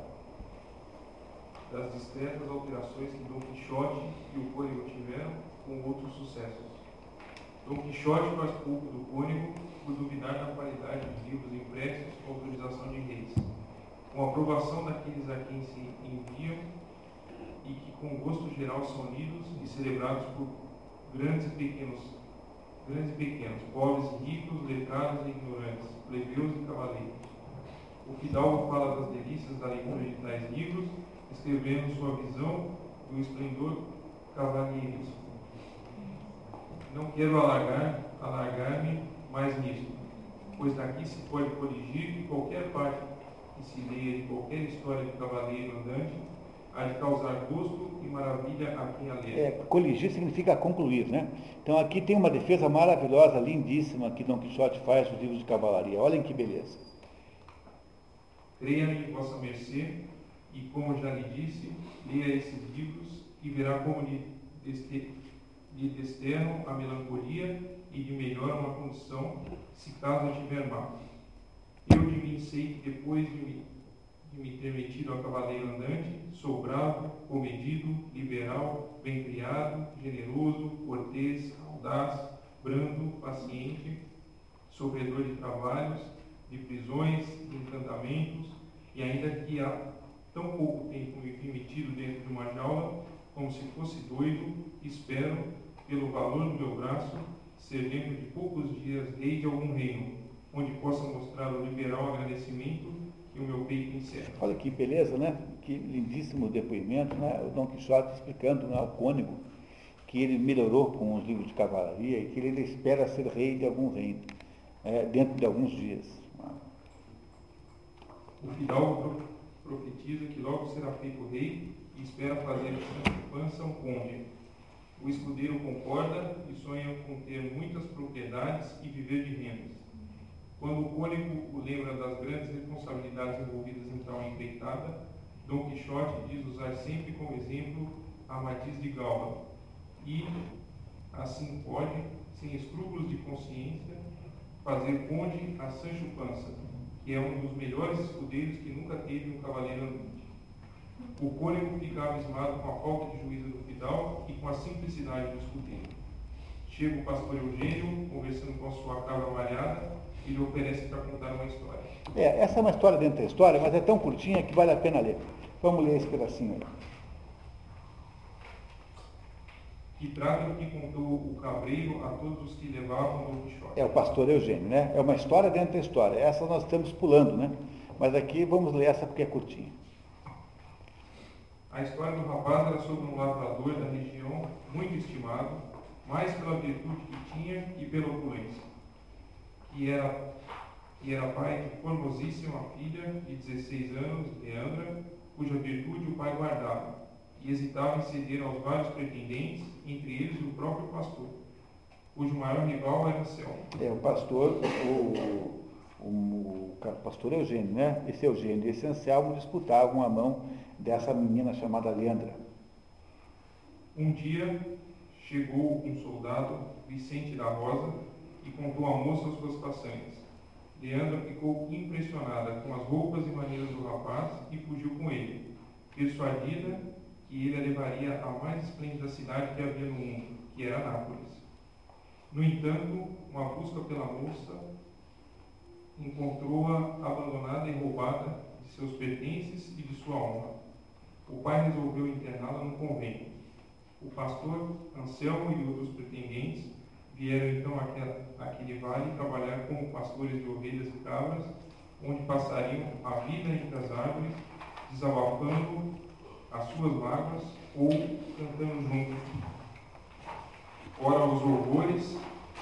Das discretas alterações que Don Quixote e o cônego tiveram com outros sucessos. Don Quixote faz pouco do cônego por duvidar da qualidade dos livros impressos com autorização de reis, com a aprovação daqueles a quem se enviam e que com gosto geral são lidos e celebrados por grandes e pequenos, grandes e pequenos, pobres e ricos, letrados e ignorantes, plebeus e cavaleiros. O fidalgo fala das delícias da leitura de tais livros, escrevendo sua visão do esplendor cavalheiresco. Não quero alargar, alargar-me mais nisto, pois daqui se pode corrigir que qualquer parte que se leia de qualquer história de cavaleiro andante há de causar gosto e maravilha a quem a lê. É, coligir significa concluir, né? Então aqui tem uma defesa maravilhosa, lindíssima, que Don Quixote faz dos livros de cavalaria. Olhem que beleza. Creia-me, vossa mercê, e como já lhe disse, leia esses livros e verá como lhe, deste, lhe desterram a melancolia e lhe melhoram a condição, se caso tiver mal. Eu de mim sei que depois de me, de me ter metido a cavaleiro andante, sou bravo, comedido, liberal, bem-criado, generoso, cortês, audaz, brando, paciente, sofredor de trabalhos, de prisões, de encantamentos, e ainda que há tão pouco tempo me vi metido dentro de uma jaula, como se fosse doido, espero, pelo valor do meu braço, ser dentro de poucos dias rei de algum reino, onde possa mostrar o liberal agradecimento que o meu peito encerra. Olha que beleza, né? Que lindíssimo depoimento, né? O Don Quixote explicando, né, ao cônego que ele melhorou com os livros de cavalaria e que ele espera ser rei de algum reino, é, dentro de alguns dias. O fidalgo profetiza que logo será feito rei e espera fazer de Sancho Panza um conde. O escudeiro concorda e sonha com ter muitas propriedades e viver de rendas. Quando o cônego o lembra das grandes responsabilidades envolvidas em tal empreitada, Dom Quixote diz usar sempre como exemplo a Matiz de Galba e, assim pode, sem escrúpulos de consciência, fazer ponte a Sancho Panza, que é um dos melhores escudeiros que nunca teve um cavaleiro andante. O cônego fica abismado com a falta de juízo do fidalgo e com a simplicidade do escudeiro. Chega o pastor Eugênio, conversando com a sua cabra malhada, e lhe oferece para contar uma história. É, essa é uma história dentro da história, mas é tão curtinha que vale a pena ler. Vamos ler esse pedacinho aí. Que trata do que contou o cabreiro a todos os que levavam Dom Quixote. É o pastor Eugênio, né? É uma história dentro da história. Essa nós estamos pulando, né? Mas aqui vamos ler essa porque é curtinha. A história do rapaz era sobre um lavrador da região, muito estimado, mais pela virtude que tinha que pela opulência. Que era, que era pai de formosíssima filha de dezesseis anos, Leandra, cuja virtude o pai guardava, e hesitava em ceder aos vários pretendentes, entre eles o próprio pastor, cujo maior rival era Anselmo. É, o pastor, o, o, o, o pastor Eugênio, né? Esse Eugênio e esse Anselmo disputavam a mão dessa menina chamada Leandra. Um dia chegou um soldado, Vicente da Rosa, e contou à moça as suas façanhas. Leandra ficou impressionada com as roupas e maneiras do rapaz e fugiu com ele, persuadida que ele a levaria à mais esplêndida cidade que havia no mundo, que era Nápoles. No entanto, uma busca pela moça encontrou-a abandonada e roubada de seus pertences e de sua honra. O pai resolveu interná-la no convento. O pastor Anselmo e outros pretendentes vieram então àquela, àquele vale trabalhar como pastores de ovelhas e cabras, onde passariam a vida entre as árvores, desabafando as suas mágoas ou cantando juntos. Ora os horrores,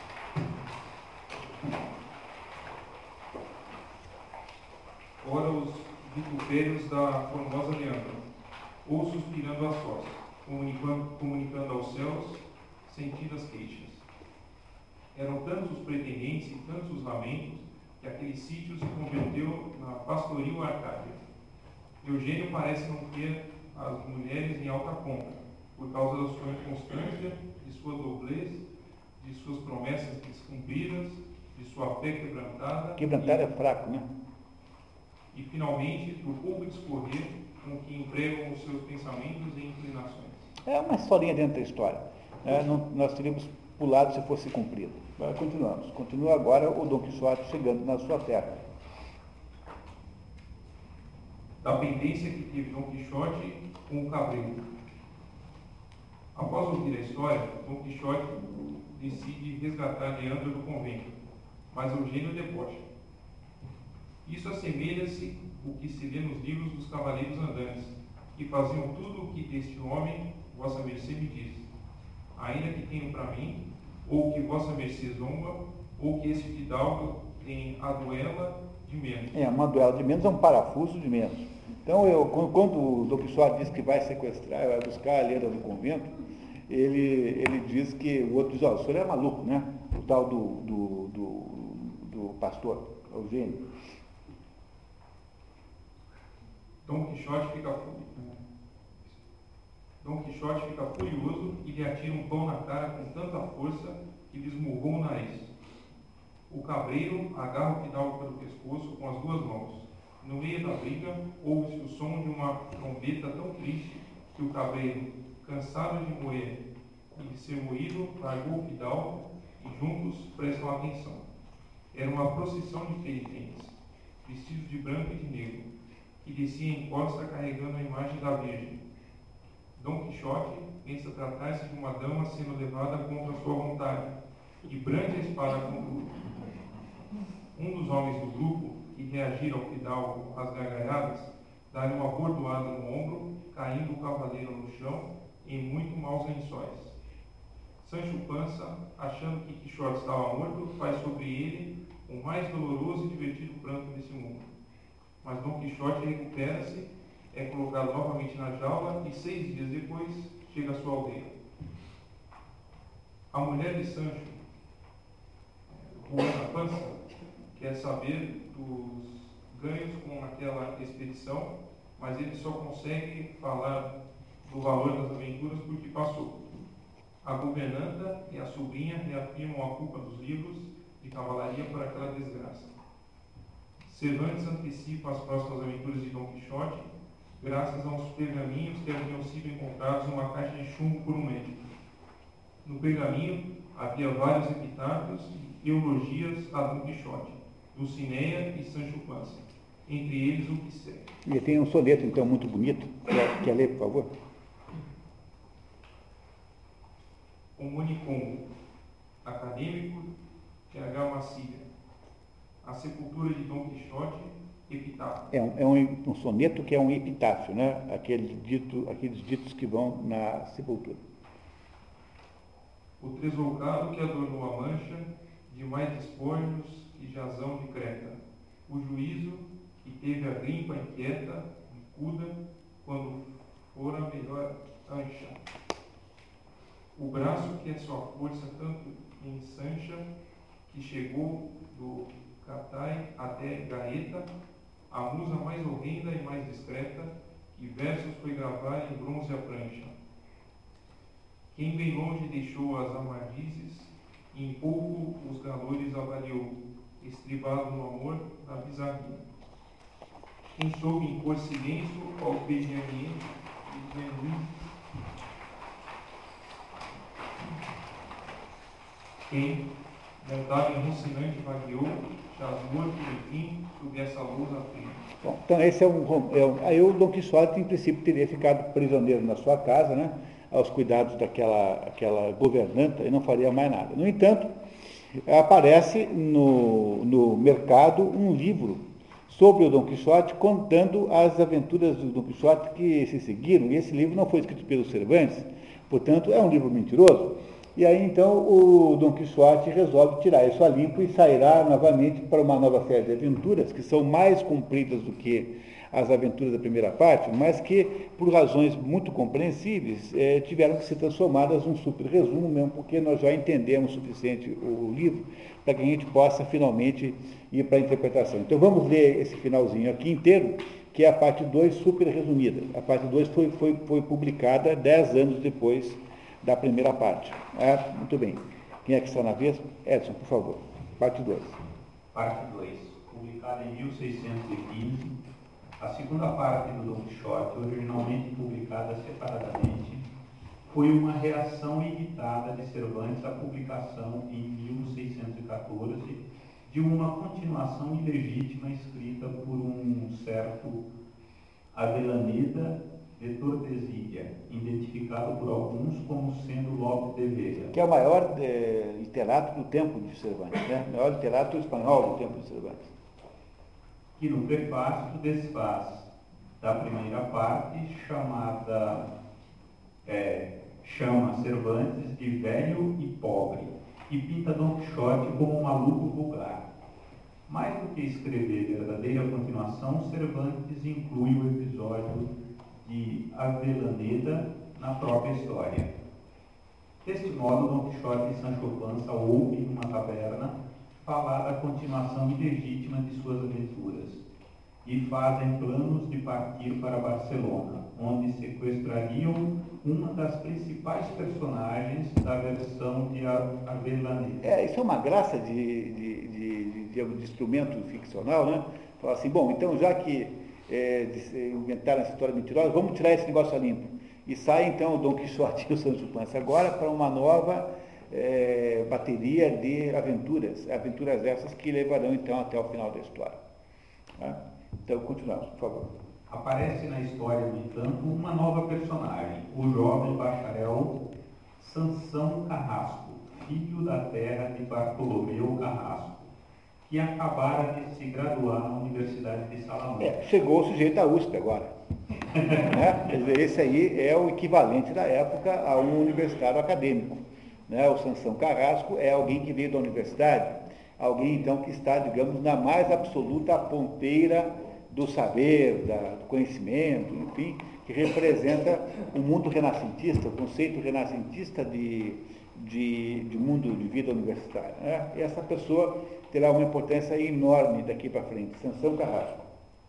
ora os vitupérios da formosa Leandra, ou suspirando a sós, comunicando, comunicando aos céus sentidas queixas. Eram tantos os pretendentes e tantos os lamentos que aquele sítio se converteu na pastoril Arcádia. Eugênio parece não ter as mulheres em alta conta, por causa da sua inconstância, de sua doblez, de suas promessas descumpridas, de sua fé quebrantada. Quebrantada é fraco, né? E, finalmente, por pouco discorrer com que empregam os seus pensamentos e inclinações. É uma historinha dentro da história. É, não, nós teríamos pulado se fosse cumprido. Mas continuamos. Continua agora o Dom Quixote chegando na sua terra. Da pendência que teve Dom Quixote com o cabreiro. Após ouvir a história, Dom Quixote decide resgatar Leandro do convento, mas Eugênio debocha. Isso assemelha-se o que se vê nos livros dos cavaleiros andantes, que faziam tudo o que deste homem vossa mercê me diz, ainda que tenho para mim, ou que vossa mercê zomba, ou que esse fidalgo tem a duela de menos. É, uma duela de menos é um parafuso de menos. Então, eu, quando o Dom Quixote diz que vai sequestrar, vai buscar a Leandra do convento, ele, ele diz que, o outro diz, ó, o senhor é maluco, né? O tal do, do, do, do pastor, Eugênio. Dom Quixote fica Dom Quixote fica furioso e lhe atira um pão na cara com tanta força que lhe esmurrou o nariz. O cabreiro agarra o fidalgo pelo pescoço com as duas mãos. No meio da briga, ouve-se o som de uma trombeta tão triste que o cabreiro, cansado de moer e de ser moído, largou o fidalgo e juntos prestam atenção. Era uma procissão de penitentes, vestidos de branco e de negro, que descia em costa carregando a imagem da Virgem. Dom Quixote pensa tratar-se de uma dama sendo levada contra sua vontade e brande a espada contra o grupo. Um dos homens do grupo, que reagiram ao fidalgo às gargalhadas, dá-lhe uma bordoada no ombro, caindo o cavaleiro no chão em muito maus lençóis. Sancho Panza, achando que Quixote estava morto, faz sobre ele o mais doloroso e divertido pranto desse mundo. Mas Dom Quixote recupera-se, é colocado novamente na jaula e seis dias depois chega à sua aldeia. A mulher de Sancho, Juana Panza, quer saber dos ganhos com aquela expedição, mas ele só consegue falar do valor das aventuras porque passou. A governanta e a sobrinha reafirmam a culpa dos livros de cavalaria por aquela desgraça. Cervantes antecipa as próximas aventuras de Dom Quixote graças a uns pergaminhos que haviam sido encontrados numa caixa de chumbo por um médico. No pergaminho havia vários epitáfios e eulogias a Dom Quixote, Dulcinea e Sancho Panza, entre eles o que segue. E tem um soneto, então, muito bonito. Quer, quer ler, por favor? O Monicongo, acadêmico T H Massilia. A sepultura de Dom Quixote, epitáfio. É, um, é um, um soneto que é um epitáfio, né? Aquele dito, aqueles ditos que vão na sepultura. O tresloucado que adornou a mancha de mais despojos e jazão de Creta. O juízo que teve a grimpa inquieta, bicuda, quando fora melhor ancha. O braço que é sua força tanto ensancha, que chegou do Catai até Gaeta, a musa mais horrenda e mais discreta, que versos foi gravar em bronze a prancha. Quem bem longe deixou as amardizes, e em pouco os galores avaliou, estribado no amor da bizarria. Quem soube impor silêncio ao obediente e genuíno. Quem, montado em Rocinante, vagueou, chasmou por fim, sob essa luz à frente. Bom, então esse é um, é um... Aí o Dom Quixote, em princípio, teria ficado prisioneiro na sua casa, né? Aos cuidados daquela aquela governanta, e não faria mais nada. No entanto, aparece no, no mercado um livro sobre o Dom Quixote, contando as aventuras do Dom Quixote que se seguiram, e esse livro não foi escrito pelo Cervantes, portanto, é um livro mentiroso. E aí, então, o Dom Quixote resolve tirar isso a limpo e sairá novamente para uma nova série de aventuras, que são mais compridas do que as aventuras da primeira parte, mas que, por razões muito compreensíveis, eh, tiveram que ser transformadas num super resumo mesmo, porque nós já entendemos o suficiente o livro para que a gente possa finalmente ir para a interpretação. Então vamos ler esse finalzinho aqui inteiro, que é a parte dois super resumida. A parte dois foi, foi, foi publicada dez anos depois da primeira parte. É, muito bem. Quem é que está na vez? Edson, por favor. Parte dois. Parte dois. Publicada em mil seiscentos e quinze, a segunda parte do Dom Quixote, originalmente publicada separadamente, foi uma reação editada de Cervantes à publicação em mil seiscentos e quatorze de uma continuação ilegítima escrita por um certo Avellaneda de Tordesillas, identificado por alguns como sendo Lope de Vega. Que é o maior é, literato do tempo de Cervantes, né? O maior literato espanhol do tempo de Cervantes. Que no prefácio desfaz da primeira parte, chamada, é, chama Cervantes de velho e pobre, e pinta Dom Quixote como um maluco vulgar. Mais do que escrever verdadeira continuação, Cervantes inclui o episódio de Avellaneda na própria história. Deste modo, Dom Quixote e Sancho Panza ouvem numa taberna falar da continuação ilegítima de suas aventuras e fazem planos de partir para Barcelona, onde sequestrariam uma das principais personagens da versão de Avellaneda. É, isso é uma graça de, de, de, de, de instrumento ficcional, né? Falar assim, bom, então já que é, de, inventaram essa história mentirosa, vamos tirar esse negócio a limpo. E sai então o Dom Quixote e o Sancho Panza agora para uma nova é, bateria de aventuras, aventuras essas que levarão então até o final da história. Tá? Então, continuamos, por favor. Aparece na história, no entanto, uma nova personagem, o jovem bacharel Sansão Carrasco, filho da terra de Bartolomeu Carrasco, que acabara de se graduar na Universidade de Salamanca. É, chegou o sujeito da U S P agora. Né? Quer dizer, esse aí é o equivalente da época a um universitário acadêmico. Né? O Sansão Carrasco é alguém que veio da universidade, alguém então que está, digamos, na mais absoluta ponteira do saber, da, do conhecimento, enfim, que representa o mundo renascentista, o conceito renascentista de, de, de mundo de vida universitária. Né? E essa pessoa terá uma importância enorme daqui para frente, Sansão Carrasco.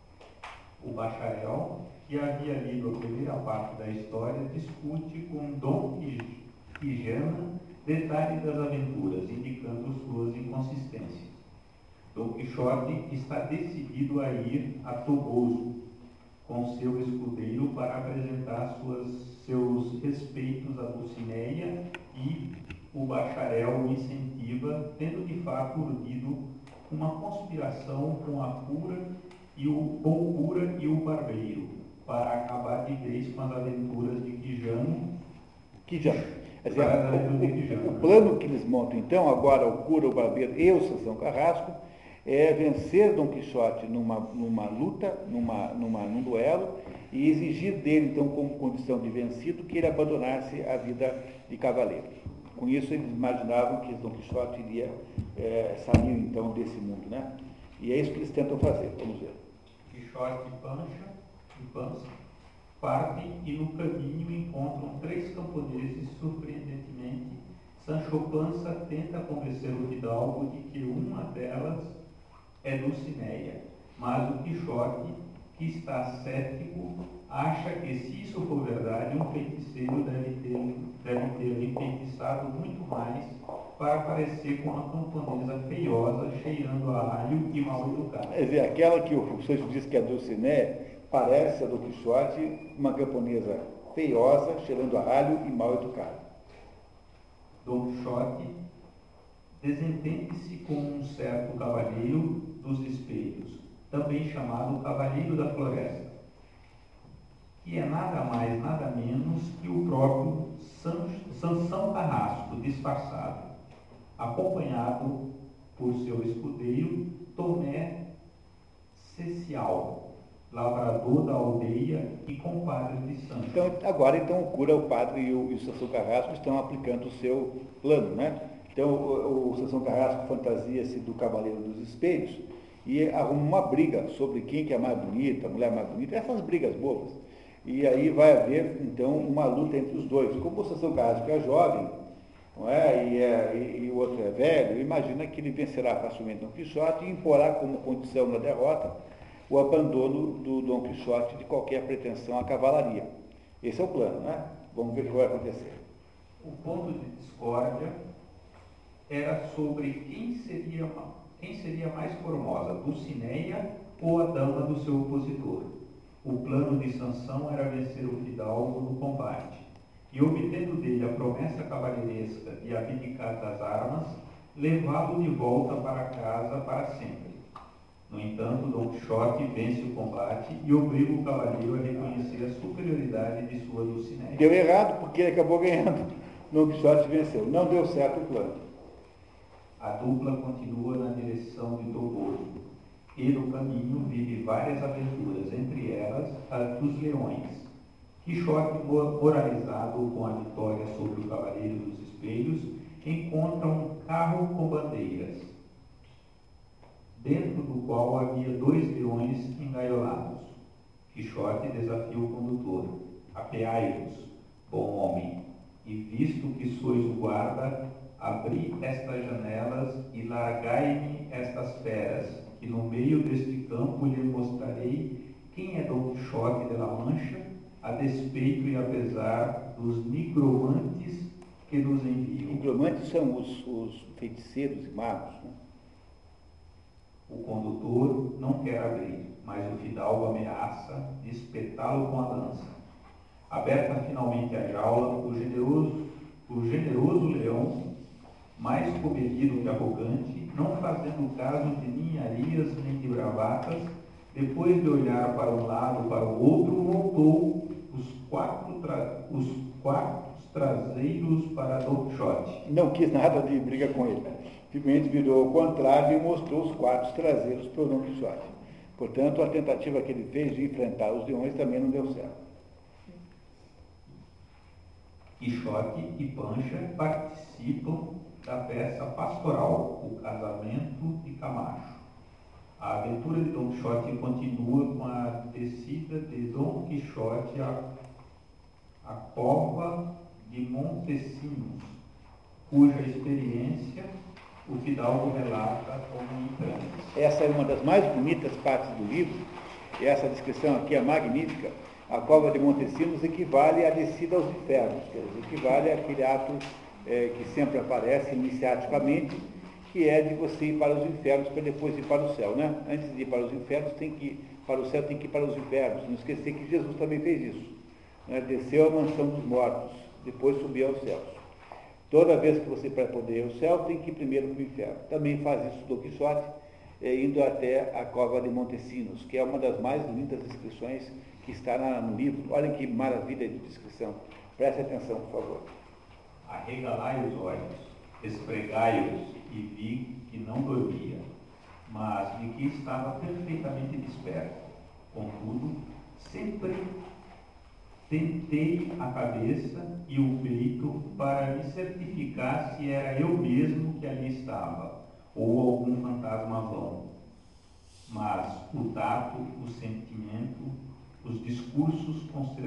O bacharel, que havia lido a primeira parte da história, discute com Dom Quixana detalhes das aventuras, indicando suas inconsistências. Dom Quixote está decidido a ir a Toboso com seu escudeiro para apresentar suas, seus respeitos a Dulcineia, e o bacharel o incentiva, tendo de fato urdido uma conspiração com a cura e o, com o cura e o barbeiro, para acabar de vez com as aventuras de Quijano. Quijano. Quer dizer, o, o, o plano que eles montam, então, agora o cura, o barbeiro e o Sansão Carrasco, é vencer Dom Quixote numa, numa luta, numa, numa, num duelo, e exigir dele, então, como condição de vencido, que ele abandonasse a vida de cavaleiro. Com isso, eles imaginavam que Dom Quixote iria é, sair, então, desse mundo, né? E é isso que eles tentam fazer, vamos ver. Quixote e Pancha, e Pança, partem e no caminho encontram três camponeses. Surpreendentemente, Sancho Pança tenta convencer o fidalgo de que uma delas é Dulcineia, mas o Quixote, que está cético, acha que, se isso for verdade, um feiticeiro deve ter, deve ter enfeitiçado muito mais para parecer com uma camponesa feiosa, cheirando a alho e mal educada. Quer dizer, aquela que o Sancho diz que é Dulcineia, parece a do Quixote uma camponesa feiosa, cheirando a alho e mal educada. Dom Quixote desentende-se com um certo cavaleiro dos espelhos, também chamado Cavaleiro da Floresta, que é nada mais, nada menos que o próprio Sansão Carrasco disfarçado, acompanhado por seu escudeiro Tomé Cecial, lavrador da aldeia e compadre de Sancho. Então, agora, então, o cura, o padre e o, e o Sansão Carrasco estão aplicando o seu plano, né? Então, o, o Sansão Carrasco fantasia-se do Cavaleiro dos Espelhos e arruma uma briga sobre quem que é mais bonita, a mulher mais bonita, essas brigas bobas. E aí vai haver, então, uma luta entre os dois. Como o Sansão Carrasco é jovem, não é? E, é, e, e o outro é velho, imagina que ele vencerá facilmente Dom Quixote e imporá como condição na derrota o abandono do Dom Quixote de qualquer pretensão à cavalaria. Esse é o plano, né? Vamos ver o que vai acontecer. O ponto de discórdia era sobre quem seria, quem seria mais formosa, Dulcineia ou a dama do seu opositor. O plano de Sansão era vencer o fidalgo no combate, e, obtendo dele a promessa cavalheiresca de abdicar das armas, levá-lo de volta para casa para sempre. No entanto, Dom Quixote vence o combate e obriga o cavaleiro a reconhecer a superioridade de sua Dulcineia. Deu errado porque ele acabou ganhando. Dom Quixote venceu. Não deu certo o plano. A dupla continua na direção de Toboso e, no caminho, vive várias aventuras, entre elas a dos leões. Quixote, moralizado com a vitória sobre o Cavaleiro dos Espelhos, encontra um carro com bandeiras, dentro do qual havia dois leões engaiolados. Quixote desafia o condutor: apeai-vos, bom homem, e visto que sois o guarda, abri estas janelas e largai-me estas feras, que no meio deste campo lhe mostrarei quem é Dom Quixote de la Mancha, a despeito e apesar dos nigromantes que nos enviam. Nigromantes são os, os feiticeiros e magos, né? O condutor não quer abrir, mas o fidalgo ameaça de espetá-lo com a lança. Aberta finalmente a jaula, o generoso, o generoso leão, mais comedido que arrogante, não fazendo caso de ninharias nem de bravatas, depois de olhar para um lado para o outro, voltou os quatro, tra... os quatro traseiros para Dom Quixote. Não quis nada de briga com ele. Simplesmente virou ao contrário e mostrou os quatro traseiros para o Dom Quixote. Portanto, a tentativa que ele fez de enfrentar os leões também não deu certo. Quixote e Pancha participam da peça pastoral, O Casamento de Camacho. A aventura de Dom Quixote continua com a descida de Dom Quixote à, à cova de Montesinos, cuja experiência o fidalgo relata como em transe. Essa é uma das mais bonitas partes do livro, e essa descrição aqui é magnífica. A cova de Montesinos equivale à descida aos infernos, quer dizer, equivale àquele ato é, que sempre aparece iniciaticamente, que é de você ir para os infernos para depois ir para o céu, né? Antes de ir para os infernos, tem que ir para o céu, tem que ir para os infernos. Não esquecer que Jesus também fez isso, né? Desceu à mansão dos mortos, depois subiu aos céus. Toda vez que você, para poder ir ao céu, tem que ir primeiro para o inferno. Também faz isso Dom Quixote, é, indo até a cova de Montesinos, que é uma das mais lindas descrições que está na, no livro. Olhem que maravilha de descrição. Preste atenção, por favor. Arregalai os olhos, esfregai-os, e vi que não dormia, mas de que estava perfeitamente desperto. Contudo, sempre tentei a cabeça e o peito para me certificar se era eu mesmo que ali estava, ou algum fantasma vão. Mas o tato, o sentimento, os discursos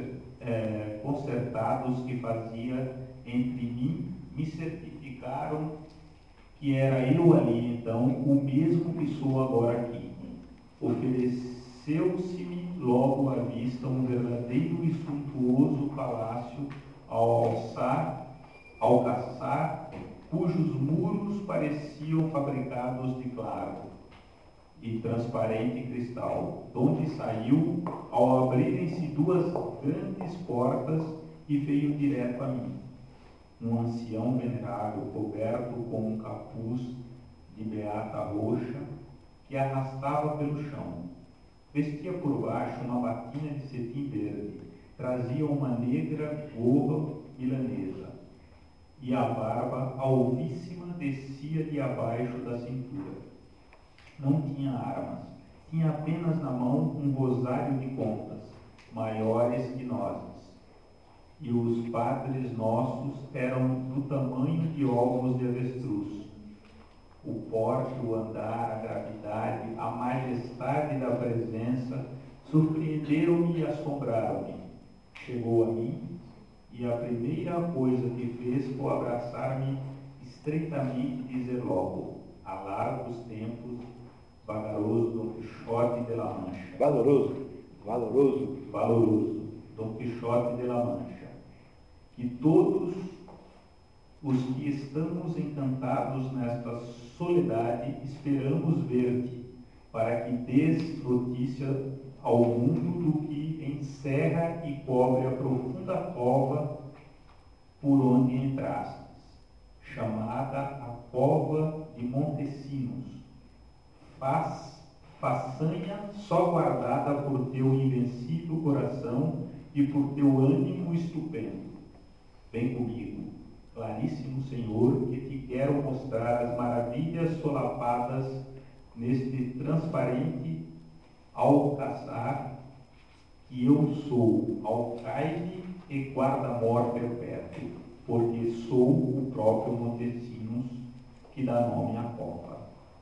concertados que fazia entre mim me certificaram que era eu ali, então, o mesmo que sou agora aqui. Ofereceu-se-me logo à vista um verdadeiro e suntuoso palácio ao alçar, alcaçar, cujos muros pareciam fabricados de claro e transparente cristal, donde saiu, ao abrirem-se duas grandes portas, e veio direto a mim. Um ancião venerável, coberto com um capuz de beata roxa, que arrastava pelo chão. Vestia por baixo uma batina de cetim verde, trazia uma negra gorra milanesa, e a barba alvíssima descia de abaixo da cintura. Não tinha armas, tinha apenas na mão um rosário de contas, maiores que nozes. E os padres nossos eram do tamanho de ovos de avestruz. O porte, o andar, a gravidade, a majestade da presença surpreenderam-me e assombraram-me. Chegou a mim, e a primeira coisa que fez foi abraçar-me estreitamente e dizer logo, há largos tempos, vagaroso Dom Quixote de la Mancha. Valoroso, valoroso, valoroso Dom Quixote de la Mancha, que todos os que estamos encantados nesta soledade esperamos ver-te, para que dês notícia ao mundo do que encerra e cobre a profunda cova por onde entrastes, chamada a Cova de Montesinos, Faz, façanha só guardada por teu invencível coração e por teu ânimo estupendo. Vem comigo, claríssimo Senhor, que te quero mostrar as maravilhas solapadas neste transparente alcaçar que eu sou, alcaide e guarda-mor perpétuo, porque sou o próprio Montesinos que dá nome à cova.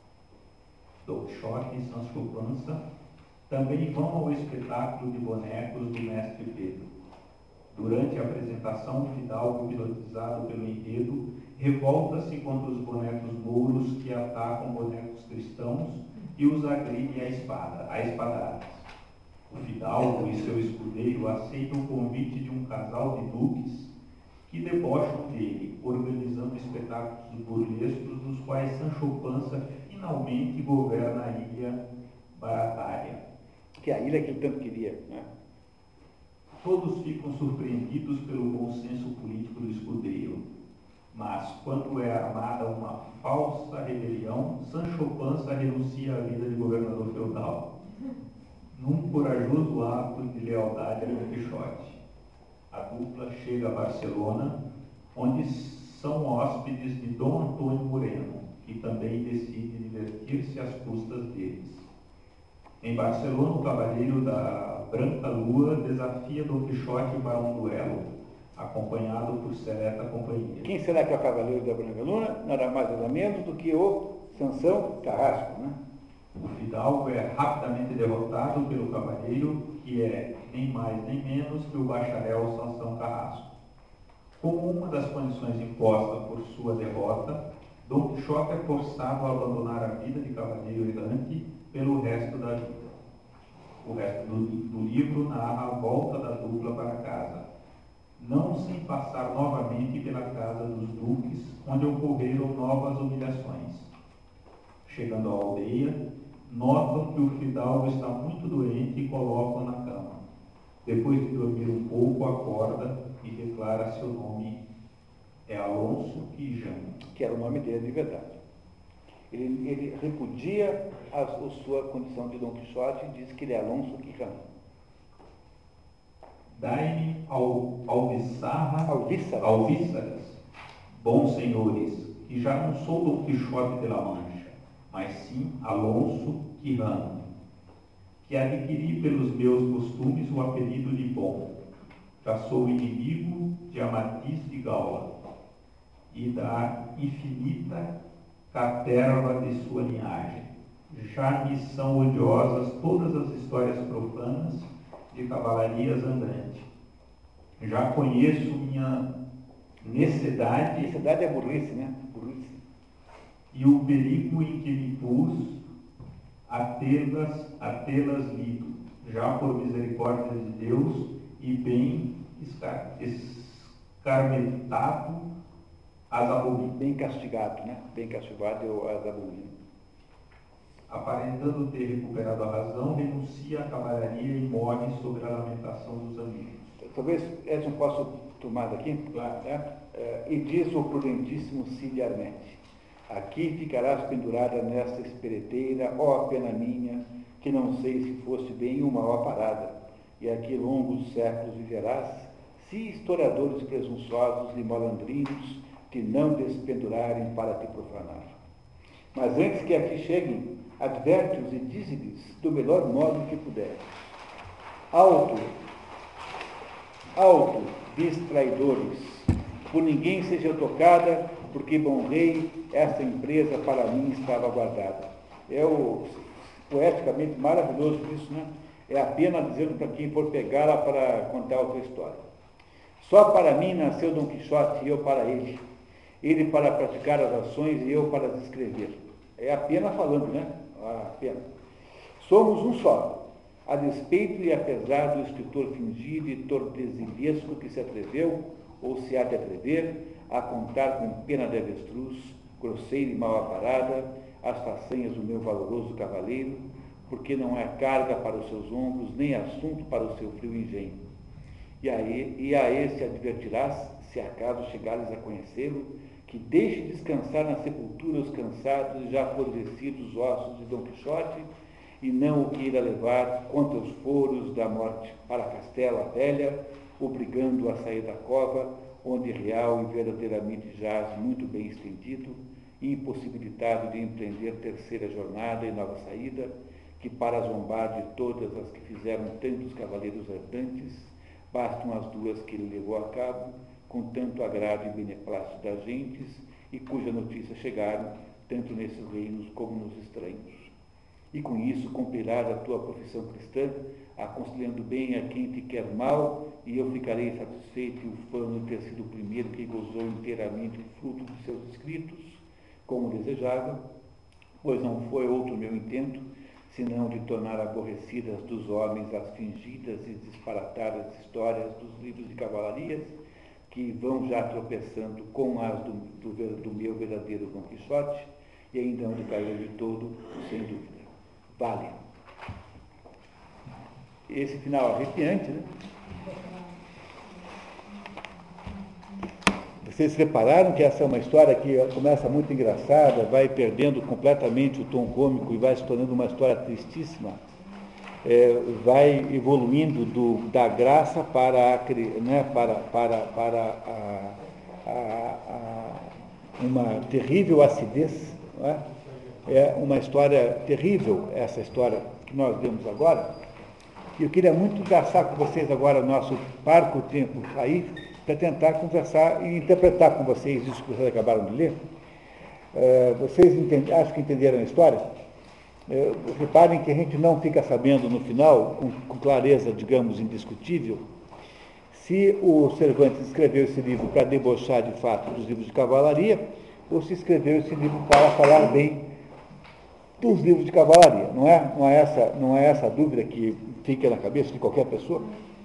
Don Quixote e Sancho Panza também vão ao espetáculo de bonecos do mestre Pedro. Durante a apresentação, o fidalgo, hipnotizado pelo enredo, revolta-se contra os bonecos mouros que atacam bonecos cristãos e os agride à espada, a espadadas. O fidalgo e seu escudeiro aceitam o convite de um casal de duques que debocham dele, organizando espetáculos burlescos dos quais Sancho Panza finalmente governa a ilha Barataria. Que é a ilha que ele tanto queria, né? Todos ficam surpreendidos pelo bom senso político do escudeiro, mas quando é armada uma falsa rebelião, Sancho Panza renuncia à vida de governador feudal, num corajoso ato de lealdade a Don Quixote. A dupla chega a Barcelona, onde são hóspedes de Dom Antônio Moreno, que também decide divertir-se às custas deles. Em Barcelona, o cavaleiro da Branca Lua desafia Don Quixote para um duelo, acompanhado por seleta companhia. Quem será que é o cavaleiro da Branca Lua? Nada mais nada menos do que o Sansão Carrasco, né? O fidalgo é rapidamente derrotado pelo cavaleiro, que é nem mais nem menos que o bacharel Sansão Carrasco. Como uma das condições impostas por sua derrota, Dom Quixote é forçado a abandonar a vida de cavaleiro errante pelo resto da vida. O resto do, do livro narra a volta da dupla para casa, não sem passar novamente pela casa dos duques, onde ocorreram novas humilhações. Chegando à aldeia, notam que o fidalgo está muito doente e colocam na cama. Depois de dormir um pouco, acorda e declara seu nome é Alonso Quijano. Que era o nome dele de verdade. Ele, ele repudia a, a sua condição de Dom Quixote e diz que ele é Alonso Quijano. Dai-me ao, alviçarra, Alvíçaras. alvíçaras, bons senhores, que já não sou Dom Quixote de la Mancha, mas sim Alonso Quijano, que adquiri pelos meus costumes o apelido de bom. Já sou inimigo de Amadis de Gaula e da infinita caterva de sua linhagem. Já me são odiosas todas as histórias profanas de cavalarias andantes. Já conheço minha necessidade. Necessidade é burrice, né? Burrice. E o perigo em que me pus a tê-las, a tê-las lido, já por misericórdia de Deus e bem escar, escarmentado as abomino. Bem castigado, né? Bem castigado eu as abomino. Aparentando ter recuperado a razão, renuncia à cavalaria e morre sobre a lamentação dos amigos. Talvez, Edson, posso tomar daqui? Claro. É? É, e diz o prudentíssimo Cide Armete: aqui ficarás pendurada nesta espereteira, ó pena minha, que não sei se fosse bem uma ó parada, e aqui longos séculos viverás, se historiadores presunçosos e malandrinos te não despendurarem para te profanar. Mas antes que aqui cheguem, adverte-os e dize-lhes do melhor modo que puder. Alto, alto, distraidores, por ninguém seja tocada, porque, bom rei, esta empresa para mim estava guardada. É o, poeticamente maravilhoso isso, né? É a pena dizendo para quem for pegá-la para contar outra história. Só para mim nasceu Dom Quixote e eu para ele. Ele para praticar as ações e eu para as escrever. É a pena falando, né? A pena. Somos um só, a despeito e apesar do escritor fingido e tordesilhesco que se atreveu, ou se há de atrever, a contar com pena de avestruz, grosseira e mal aparada, as façanhas do meu valoroso cavaleiro, porque não é carga para os seus ombros, nem assunto para o seu frio engenho. E a, e a esse advertirás, se acaso chegares a conhecê-lo, que deixe descansar na sepultura os cansados e já apodrecidos ossos de Dom Quixote, e não o queira levar contra os foros da morte para a Castela Velha, obrigando-o a sair da cova, onde real e verdadeiramente jaz muito bem estendido, e impossibilitado de empreender terceira jornada e nova saída, que para zombar de todas as que fizeram tantos cavaleiros ardantes, bastam as duas que ele levou a cabo, com tanto agrado e beneplácito das gentes, e cuja notícia chegaram, tanto nesses reinos como nos estranhos. E com isso cumprirás a tua profissão cristã, aconselhando bem a quem te quer mal, e eu ficarei satisfeito e ufano de ter sido o primeiro que gozou inteiramente o fruto de seus escritos, como desejava, pois não foi outro meu intento, senão de tornar aborrecidas dos homens as fingidas e disparatadas histórias dos livros de cavalarias, que vão já tropeçando com as do, do, do meu verdadeiro Dom Quixote, e ainda hão de cair de todo, sem dúvida. Vale. Esse final arrepiante, né? Vocês repararam que essa é uma história que começa muito engraçada, vai perdendo completamente o tom cômico e vai se tornando uma história tristíssima. É, vai evoluindo do, da graça para, a, né, para, para, para a, a, a uma terrível acidez. Não é? É uma história terrível, essa história que nós vemos agora. E eu queria muito traçar com vocês agora o nosso parco tempo aí, para tentar conversar e interpretar com vocês isso que vocês acabaram de ler. É, vocês entend, acho que entenderam a história? É, reparem que a gente não fica sabendo no final, com, com clareza, digamos, indiscutível, se o Cervantes escreveu esse livro para debochar de fato dos livros de cavalaria, ou se escreveu esse livro para falar bem dos livros de cavalaria. Não é, não é, essa, não é essa a dúvida que fica na cabeça de qualquer pessoa?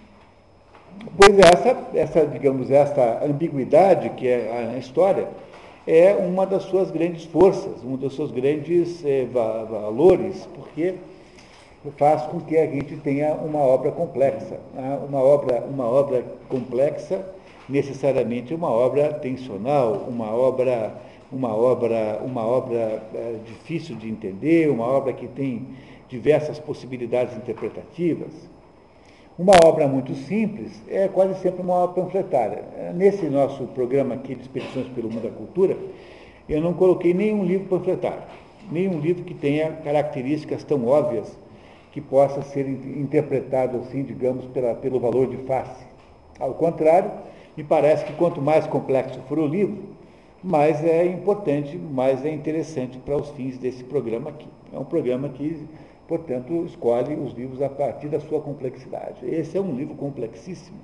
Pois essa, essa, digamos, essa ambiguidade que é a história é uma das suas grandes forças, um dos seus grandes eh, valores, porque faz com que a gente tenha uma obra complexa. Né? Uma obra, uma obra complexa, necessariamente uma obra tensional, uma obra, uma obra, uma obra é, difícil de entender, uma obra que tem diversas possibilidades interpretativas. Uma obra muito simples é quase sempre uma obra panfletária. Nesse nosso programa aqui de Expedições pelo Mundo da Cultura, eu não coloquei nenhum livro panfletário, nenhum livro que tenha características tão óbvias que possa ser interpretado, assim, digamos, pela, pelo valor de face. Ao contrário, me parece que quanto mais complexo for o livro, mais é importante, mais é interessante para os fins desse programa aqui. É um programa que, portanto, escolhe os livros a partir da sua complexidade. Esse é um livro complexíssimo.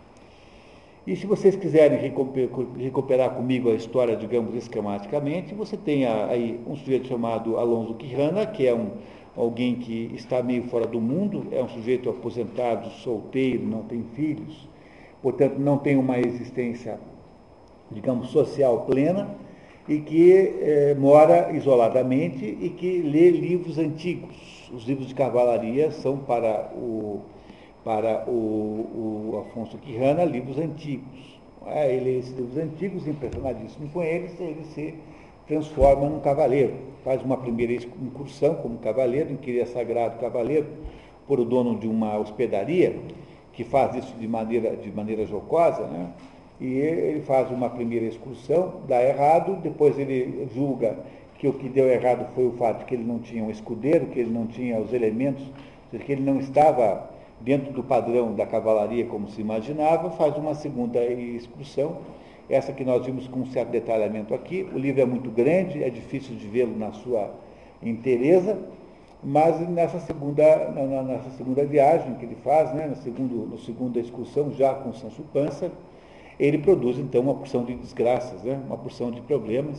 E se vocês quiserem recuperar comigo a história, digamos, esquematicamente, você tem aí um sujeito chamado Alonso Quijana, que é um alguém que está meio fora do mundo, é um sujeito aposentado, solteiro, não tem filhos, portanto não tem uma existência, digamos, social plena, e que eh, mora isoladamente e que lê livros antigos. Os livros de cavalaria são para o, para o, o Afonso Quijana livros antigos. É, ele lê esses livros antigos, impressionadíssimo com eles, ele se transforma num cavaleiro, faz uma primeira incursão como cavaleiro, em que ele é sagrado cavaleiro por o dono de uma hospedaria, que faz isso de maneira, de maneira jocosa, né? E ele faz uma primeira excursão, dá errado, depois ele julga que o que deu errado foi o fato de que ele não tinha um escudeiro, que ele não tinha os elementos, que ele não estava dentro do padrão da cavalaria como se imaginava, faz uma segunda excursão, essa que nós vimos com um certo detalhamento aqui. O livro é muito grande, é difícil de vê-lo na sua inteireza, mas nessa segunda, na, nessa segunda viagem que ele faz, né, na, segundo, na segunda excursão, já com Sancho Panza, ele produz então uma porção de desgraças, né, uma porção de problemas,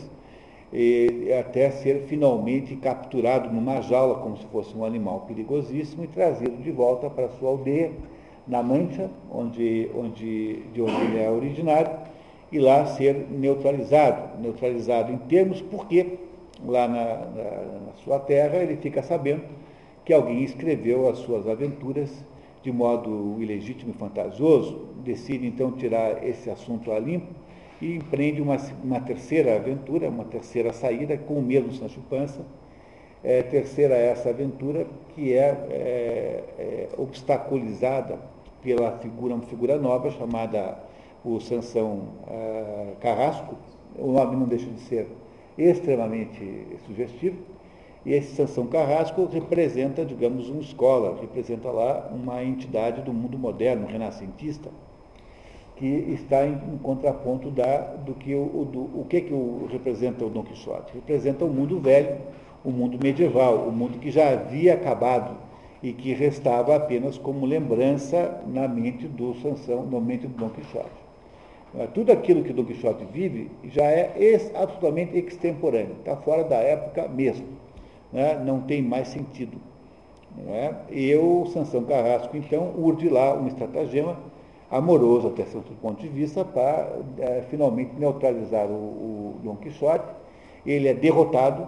e, até ser finalmente capturado numa jaula, como se fosse um animal perigosíssimo, e trazido de volta para a sua aldeia, na Mancha, onde, onde, de onde ele é originário, e lá ser neutralizado, neutralizado em termos, porque lá na, na, na sua terra ele fica sabendo que alguém escreveu as suas aventuras de modo ilegítimo e fantasioso, decide então tirar esse assunto a limpo e empreende uma, uma terceira aventura, uma terceira saída com o mesmo Sancho Panza, é, terceira essa aventura que é, é, é obstaculizada pela figura, uma figura nova chamada o Sansão uh, Carrasco. O nome não deixa de ser extremamente sugestivo, e esse Sansão Carrasco representa, digamos, um escola, representa lá uma entidade do mundo moderno, renascentista, que está em, em contraponto da, do que o, do, o que, que o, representa o Dom Quixote. Representa o mundo velho, o mundo medieval, o mundo que já havia acabado e que restava apenas como lembrança na mente do Sansão, na mente do Dom Quixote. Tudo aquilo que o Dom Quixote vive já é ex, absolutamente extemporâneo, está fora da época mesmo, né? Não tem mais sentido. Não é? E o Sansão Carrasco, então, urde lá um estratagema amoroso, até certo ponto de vista, para é, finalmente neutralizar o, o Dom Quixote. Ele é derrotado,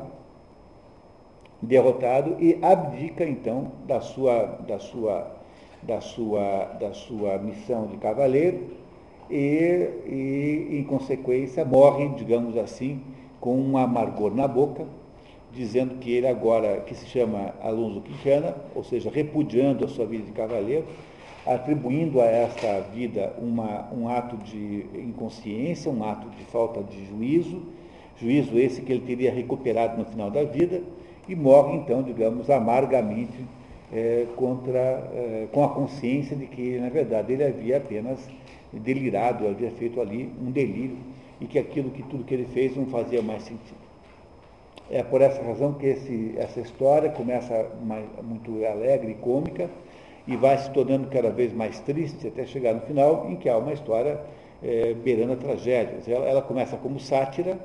derrotado e abdica, então, da sua, da sua, da sua, da sua missão de cavaleiro, E, e, em consequência, morre, digamos assim, com um amargor na boca, dizendo que ele agora, que se chama Alonso Quijana, ou seja, repudiando a sua vida de cavaleiro, atribuindo a esta vida uma, um ato de inconsciência, um ato de falta de juízo, juízo esse que ele teria recuperado no final da vida, e morre, então, digamos, amargamente, é, contra, é, com a consciência de que, na verdade, ele havia apenas delirado, havia feito ali um delírio, e que aquilo que tudo que ele fez não fazia mais sentido. É por essa razão que esse, essa história começa mais, muito alegre e cômica, e vai se tornando cada vez mais triste até chegar no final, em que há uma história é, beirando a tragédia. Ela, ela começa como sátira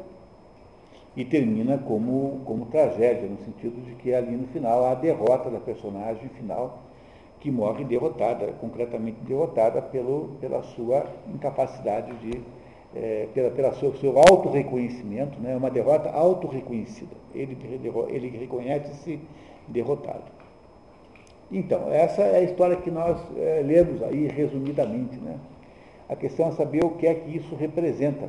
e termina como, como tragédia, no sentido de que ali no final há a derrota da personagem final, que morre derrotada, concretamente derrotada pelo, pela sua incapacidade de, é, pela, pela seu, seu autorreconhecimento, né, uma derrota autorreconhecida. Ele, ele reconhece-se derrotado. Então, essa é a história que nós é, lemos aí resumidamente, né? A questão é saber o que é que isso representa.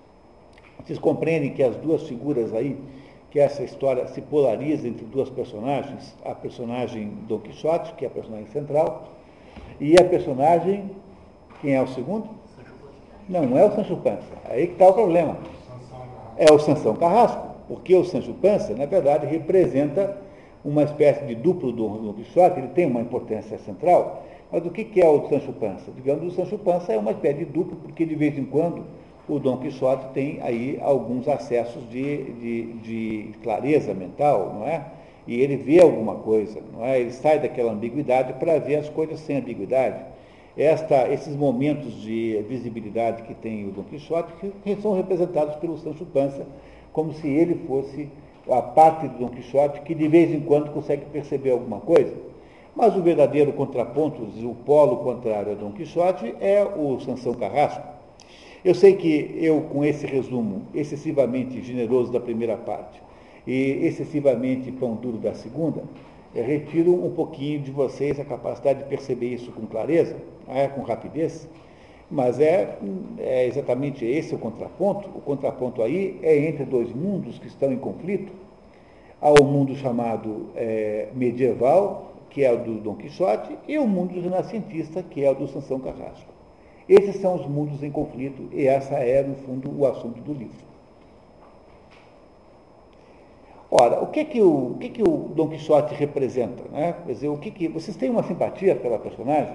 Vocês compreendem que as duas figuras aí, que essa história se polariza entre duas personagens, a personagem Dom Quixote, que é a personagem central, e a personagem, quem é o segundo? Não, não é o Sancho Panza, aí que está o problema. É o Sansão Carrasco, porque o Sancho Panza, na verdade, representa uma espécie de duplo do Dom Quixote, ele tem uma importância central, mas o que é o Sancho Panza? Digamos, o Sancho Panza é uma espécie de duplo, porque de vez em quando o Dom Quixote tem aí alguns acessos de, de, de clareza mental, não é? E ele vê alguma coisa, não é? Ele sai daquela ambiguidade para ver as coisas sem ambiguidade. Esta, esses momentos de visibilidade que tem o Dom Quixote que são representados pelo Sancho Panza, como se ele fosse a parte do Dom Quixote que de vez em quando consegue perceber alguma coisa. Mas o verdadeiro contraponto, o polo contrário a Dom Quixote, é o Sansão Carrasco. Eu sei que eu, com esse resumo excessivamente generoso da primeira parte e excessivamente pão duro da segunda, eu retiro um pouquinho de vocês a capacidade de perceber isso com clareza, é, com rapidez, mas é, é exatamente esse o contraponto. O contraponto aí é entre dois mundos que estão em conflito. Há o mundo chamado é, medieval, que é o do Dom Quixote, e o mundo renascentista, que é o do Sansão Carrasco. Esses são os mundos em conflito, e essa é, no fundo, o assunto do livro. Ora, o que que o, o, que que o Dom Quixote representa? Né? Quer dizer, o que que, vocês têm uma simpatia pela personagem?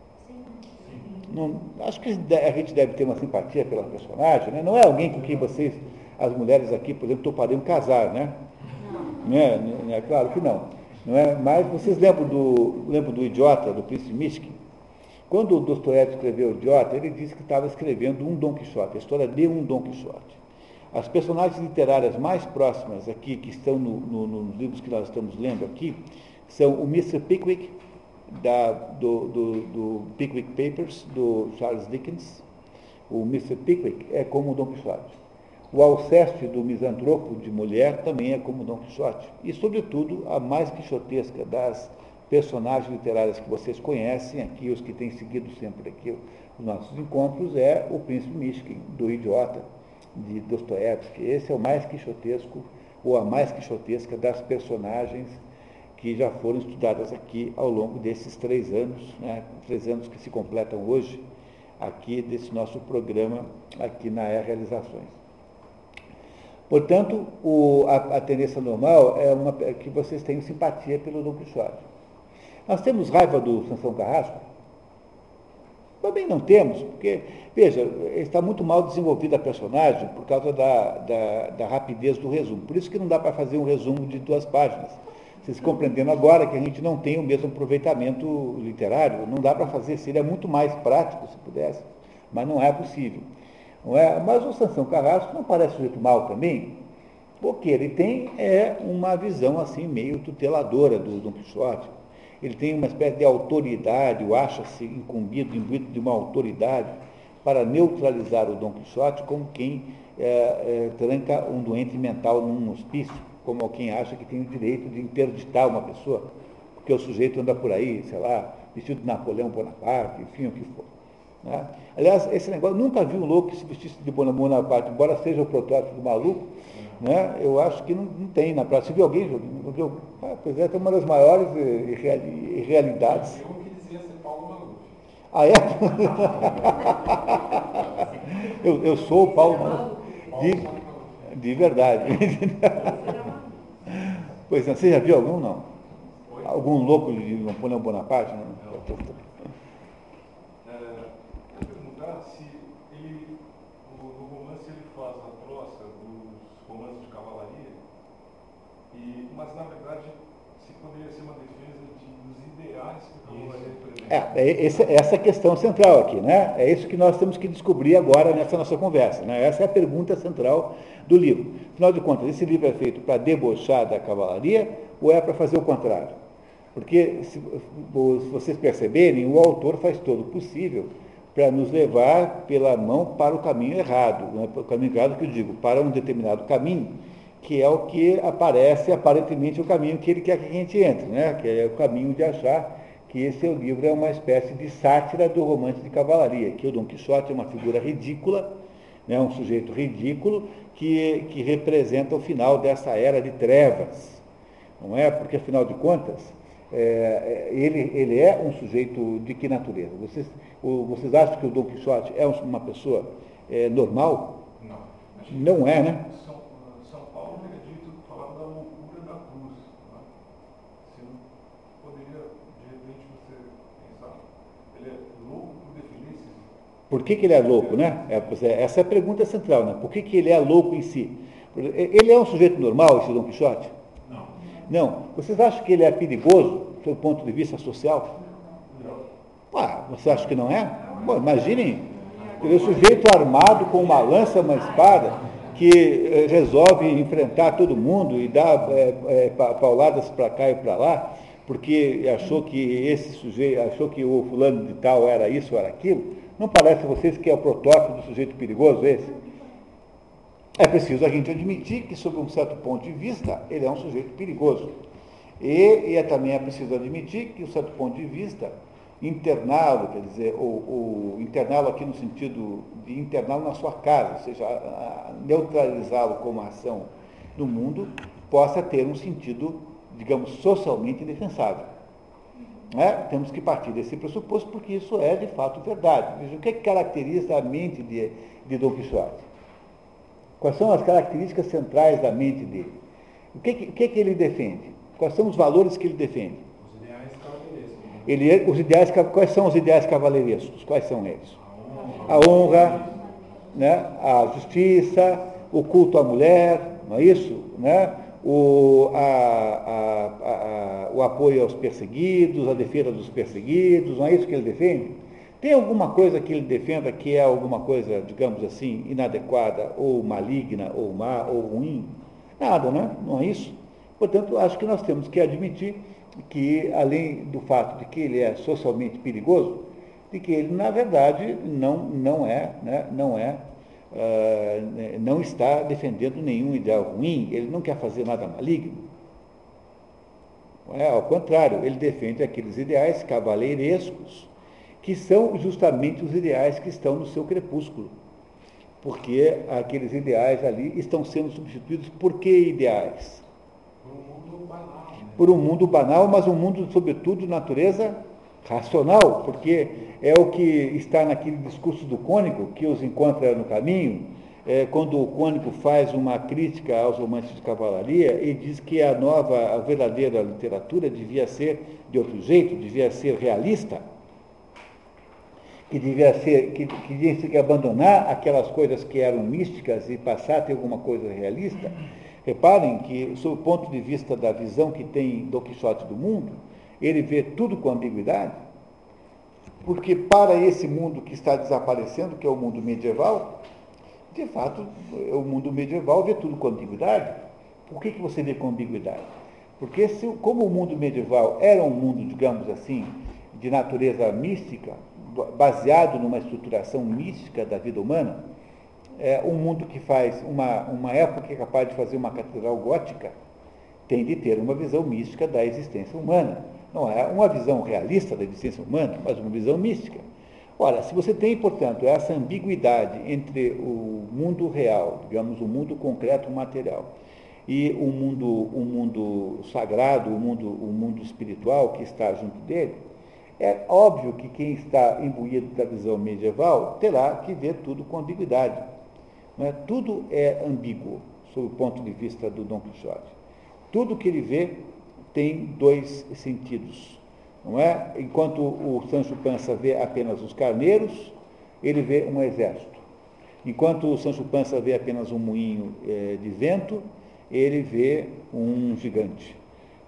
Não, acho que a gente deve ter uma simpatia pela personagem, né? Não é alguém com quem vocês, as mulheres aqui, por exemplo, topariam casar, né? Não é, é claro que não. Não é? Mas vocês lembram do, lembram do Idiota, do Príncipe Mishkin? Quando o Dostoiévski escreveu o Idiota, ele disse que estava escrevendo um Dom Quixote, a história de um Dom Quixote. As personagens literárias mais próximas aqui, que estão no, no, nos livros que nós estamos lendo aqui, são o mister Pickwick, da, do, do, do Pickwick Papers, do Charles Dickens. O mister Pickwick é como o Dom Quixote. O Alceste, do Misantropo de Mulher, também é como o Dom Quixote. E, sobretudo, a mais quixotesca das personagens literárias que vocês conhecem aqui, os que têm seguido sempre aqui os nossos encontros, é o Príncipe Mishkin, do Idiota, de Dostoiévski. Esse é o mais quixotesco, ou a mais quixotesca das personagens que já foram estudadas aqui ao longo desses três anos, né, três anos que se completam hoje, aqui desse nosso programa, aqui na E Realizações. Portanto, o, a, a tendência normal é, uma, é que vocês tenham simpatia pelo Dom Quixote. Nós temos raiva do Sansão Carrasco? Também não temos, porque, veja, está muito mal desenvolvida a personagem por causa da, da, da rapidez do resumo. Por isso que não dá para fazer um resumo de duas páginas. Vocês compreendendo agora que a gente não tem o mesmo aproveitamento literário, não dá para fazer, seria muito mais prático se pudesse, mas não é possível. Não é? Mas o Sansão Carrasco não parece sujeito mal também, porque ele tem é, uma visão assim meio tuteladora do Dom Quixote. Ele tem uma espécie de autoridade, ou acha-se incumbido, imbuído de uma autoridade para neutralizar o Dom Quixote como quem é, é, tranca um doente mental num hospício, como quem acha que tem o direito de interditar uma pessoa, porque o sujeito anda por aí, sei lá, vestido de Napoleão Bonaparte, enfim, o que for. Né? Aliás, esse negócio, nunca vi um louco que se vestisse de Bonaparte, embora seja o protótipo do maluco, né? Eu acho que não, não tem na prática. Você viu alguém, Joguinho? Ah, pois é, tem uma das maiores irrealidades. Eu que dizia ser Paulo Maluf. Ah, é? eu, eu sou o Paulo Maluf. De, de verdade. Pois é, você já viu algum, não? Algum louco de Napoleão Bonaparte? Não? Não. Mas, na verdade, se poderia ser uma defesa de dos ideais que o Cavalaria representa. É, é essa, essa é a questão central aqui, né? É isso que nós temos que descobrir agora nessa nossa conversa, né? Essa é a pergunta central do livro. Afinal de contas, esse livro é feito para debochar da cavalaria ou é para fazer o contrário? Porque, se, se vocês perceberem, o autor faz todo o possível para nos levar pela mão para o caminho errado, né? O caminho errado que eu digo, para um determinado caminho, que é o que aparece aparentemente o caminho que ele quer que a gente entre, né? Que é o caminho de achar que esse seu livro é uma espécie de sátira do romance de cavalaria, que o Dom Quixote é uma figura ridícula, né? Um sujeito ridículo que, que representa o final dessa era de trevas, não é? Porque, afinal de contas, é, ele, ele é um sujeito de que natureza? Vocês, o, vocês acham que o Dom Quixote é uma pessoa é, normal? Não. Não é, né? São, São Paulo teria dito, falava da loucura da cruz. Né? Você não poderia, de repente, você pensar, ele é louco por definição? Por que, que ele é louco, né? É, essa é a pergunta central, né? Por que, que ele é louco em si? Ele é um sujeito normal, esse Dom Quixote? Não. Não. Vocês acham que ele é perigoso, do ponto de vista social? Não. Ah, você acha que não é? Bom, imaginem, o sujeito armado com uma lança, uma espada, que eh, resolve enfrentar todo mundo e dar é, é, pauladas para cá e para lá, porque achou que esse sujeito, achou que o fulano de tal era isso ou era aquilo. Não parece a vocês que é o protótipo do sujeito perigoso esse? É preciso a gente admitir que, sob um certo ponto de vista, ele é um sujeito perigoso. E, e é, também é preciso admitir que, um certo ponto de vista, interná-lo, quer dizer, ou, ou interná-lo aqui no sentido de interná-lo na sua casa, ou seja, a, a neutralizá-lo como ação no mundo, possa ter um sentido, digamos, socialmente indefensável. É? Temos que partir desse pressuposto, porque isso é, de fato, verdade. Veja, o que, é que caracteriza a mente de, de Dom Quixote? Quais são as características centrais da mente dele? O que, que, que, que ele defende? Quais são os valores que ele defende? Os ideais cavalheirescos. Ele, os ideais, quais são os ideais cavalheirescos? Quais são eles? A honra, né? A justiça, o culto à mulher, não é isso? Né? O, a, a, a, o apoio aos perseguidos, a defesa dos perseguidos, não é isso que ele defende? Tem alguma coisa que ele defenda que é alguma coisa, digamos assim, inadequada, ou maligna, ou má, ou ruim? Nada, né? Não é isso? Portanto, acho que nós temos que admitir que, além do fato de que ele é socialmente perigoso, de que ele, na verdade, não, não é, né? não é, uh, não está defendendo nenhum ideal ruim, ele não quer fazer nada maligno. É, ao contrário, ele defende aqueles ideais cavaleirescos, que são justamente os ideais que estão no seu crepúsculo. Porque aqueles ideais ali estão sendo substituídos por que ideais? Por um mundo banal. Né? Por um mundo banal, mas um mundo, sobretudo, de natureza racional, porque é o que está naquele discurso do cônigo, que os encontra no caminho, é, quando o cônigo faz uma crítica aos romances de cavalaria e diz que a nova, a verdadeira literatura devia ser de outro jeito, devia ser realista, que devia ser, que, que devia ter que abandonar aquelas coisas que eram místicas e passar a ter alguma coisa realista. Reparem que, sob o ponto de vista da visão que tem Dom Quixote do mundo, ele vê tudo com ambiguidade, porque para esse mundo que está desaparecendo, que é o mundo medieval, de fato, o mundo medieval vê tudo com ambiguidade. Por que, que você vê com ambiguidade? Porque se, como o mundo medieval era um mundo, digamos assim, de natureza mística, baseado numa estruturação mística da vida humana, é um mundo que faz uma, uma época que é capaz de fazer uma catedral gótica, tem de ter uma visão mística da existência humana. Não é uma visão realista da existência humana, mas uma visão mística. Ora, se você tem, portanto, essa ambiguidade entre o mundo real, digamos, o mundo concreto material, e o mundo, o mundo sagrado, o mundo, o mundo espiritual que está junto dele, é óbvio que quem está imbuído da visão medieval terá que ver tudo com ambiguidade. Não é? Tudo é ambíguo, sob o ponto de vista do Dom Quixote. Tudo que ele vê tem dois sentidos. Não é? Enquanto o Sancho Panza vê apenas os carneiros, ele vê um exército. Enquanto o Sancho Panza vê apenas um moinho é, de vento, ele vê um gigante.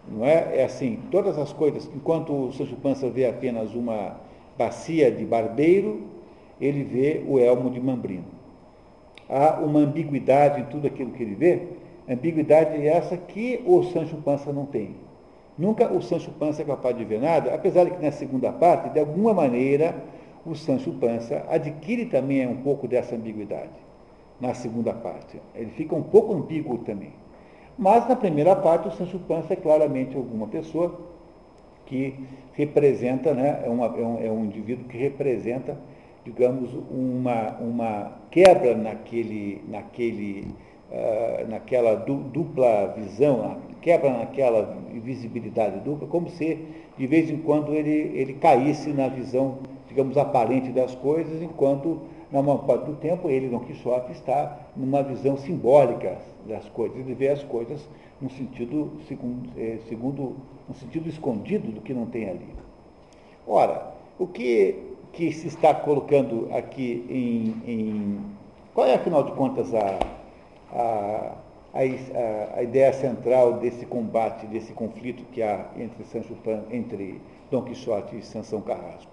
Não é? É assim, todas as coisas, enquanto o Sancho Panza vê apenas uma bacia de barbeiro, ele vê o elmo de Mambrino. Há uma ambiguidade em tudo aquilo que ele vê, ambiguidade essa que o Sancho Panza não tem. Nunca o Sancho Panza é capaz de ver nada, apesar de que na segunda parte, de alguma maneira, o Sancho Panza adquire também um pouco dessa ambiguidade, na segunda parte. Ele fica um pouco ambíguo também. Mas na primeira parte, o Sancho Panza é claramente alguma pessoa que representa, né, é, uma, é, um, é um indivíduo que representa, digamos, uma, uma quebra naquele, naquele, uh, naquela du, dupla visão, quebra naquela visibilidade dupla, como se, de vez em quando, ele, ele caísse na visão, digamos, aparente das coisas, enquanto, na maior parte do tempo, ele, Dom Quixote, está numa visão simbólica das coisas, ele vê as coisas no sentido, segundo, eh, segundo no sentido escondido do que não tem ali. Ora, o que, que se está colocando aqui em, em... Qual é, afinal de contas, a, a, a, a ideia central desse combate, desse conflito que há entre, Sancho Panza, entre Dom Quixote e Sansão Carrasco?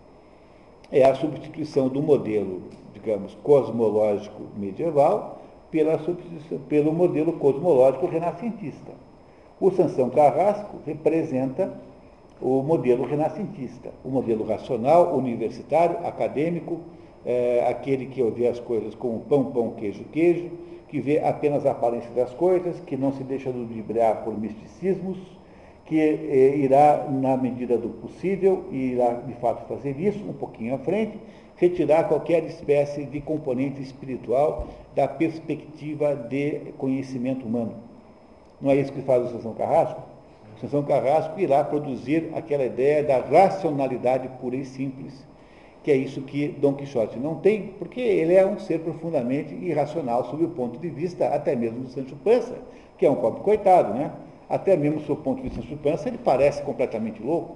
É a substituição do modelo, digamos, cosmológico medieval pela substituição, pelo modelo cosmológico renascentista. O Sansão Carrasco representa o modelo renascentista, o modelo racional, universitário, acadêmico, é, aquele que vê as coisas como pão, pão, queijo, queijo, que vê apenas a aparência das coisas, que não se deixa ludibriar por misticismos, que eh, irá, na medida do possível, e irá, de fato, fazer isso um pouquinho à frente, retirar qualquer espécie de componente espiritual da perspectiva de conhecimento humano. Não é isso que faz o Sansão Carrasco? O Sansão Carrasco irá produzir aquela ideia da racionalidade pura e simples, que é isso que Dom Quixote não tem, porque ele é um ser profundamente irracional sob o ponto de vista até mesmo do Sancho Panza, que é um pobre coitado, né? Até mesmo sob o ponto de vista do Sancho Panza, ele parece completamente louco.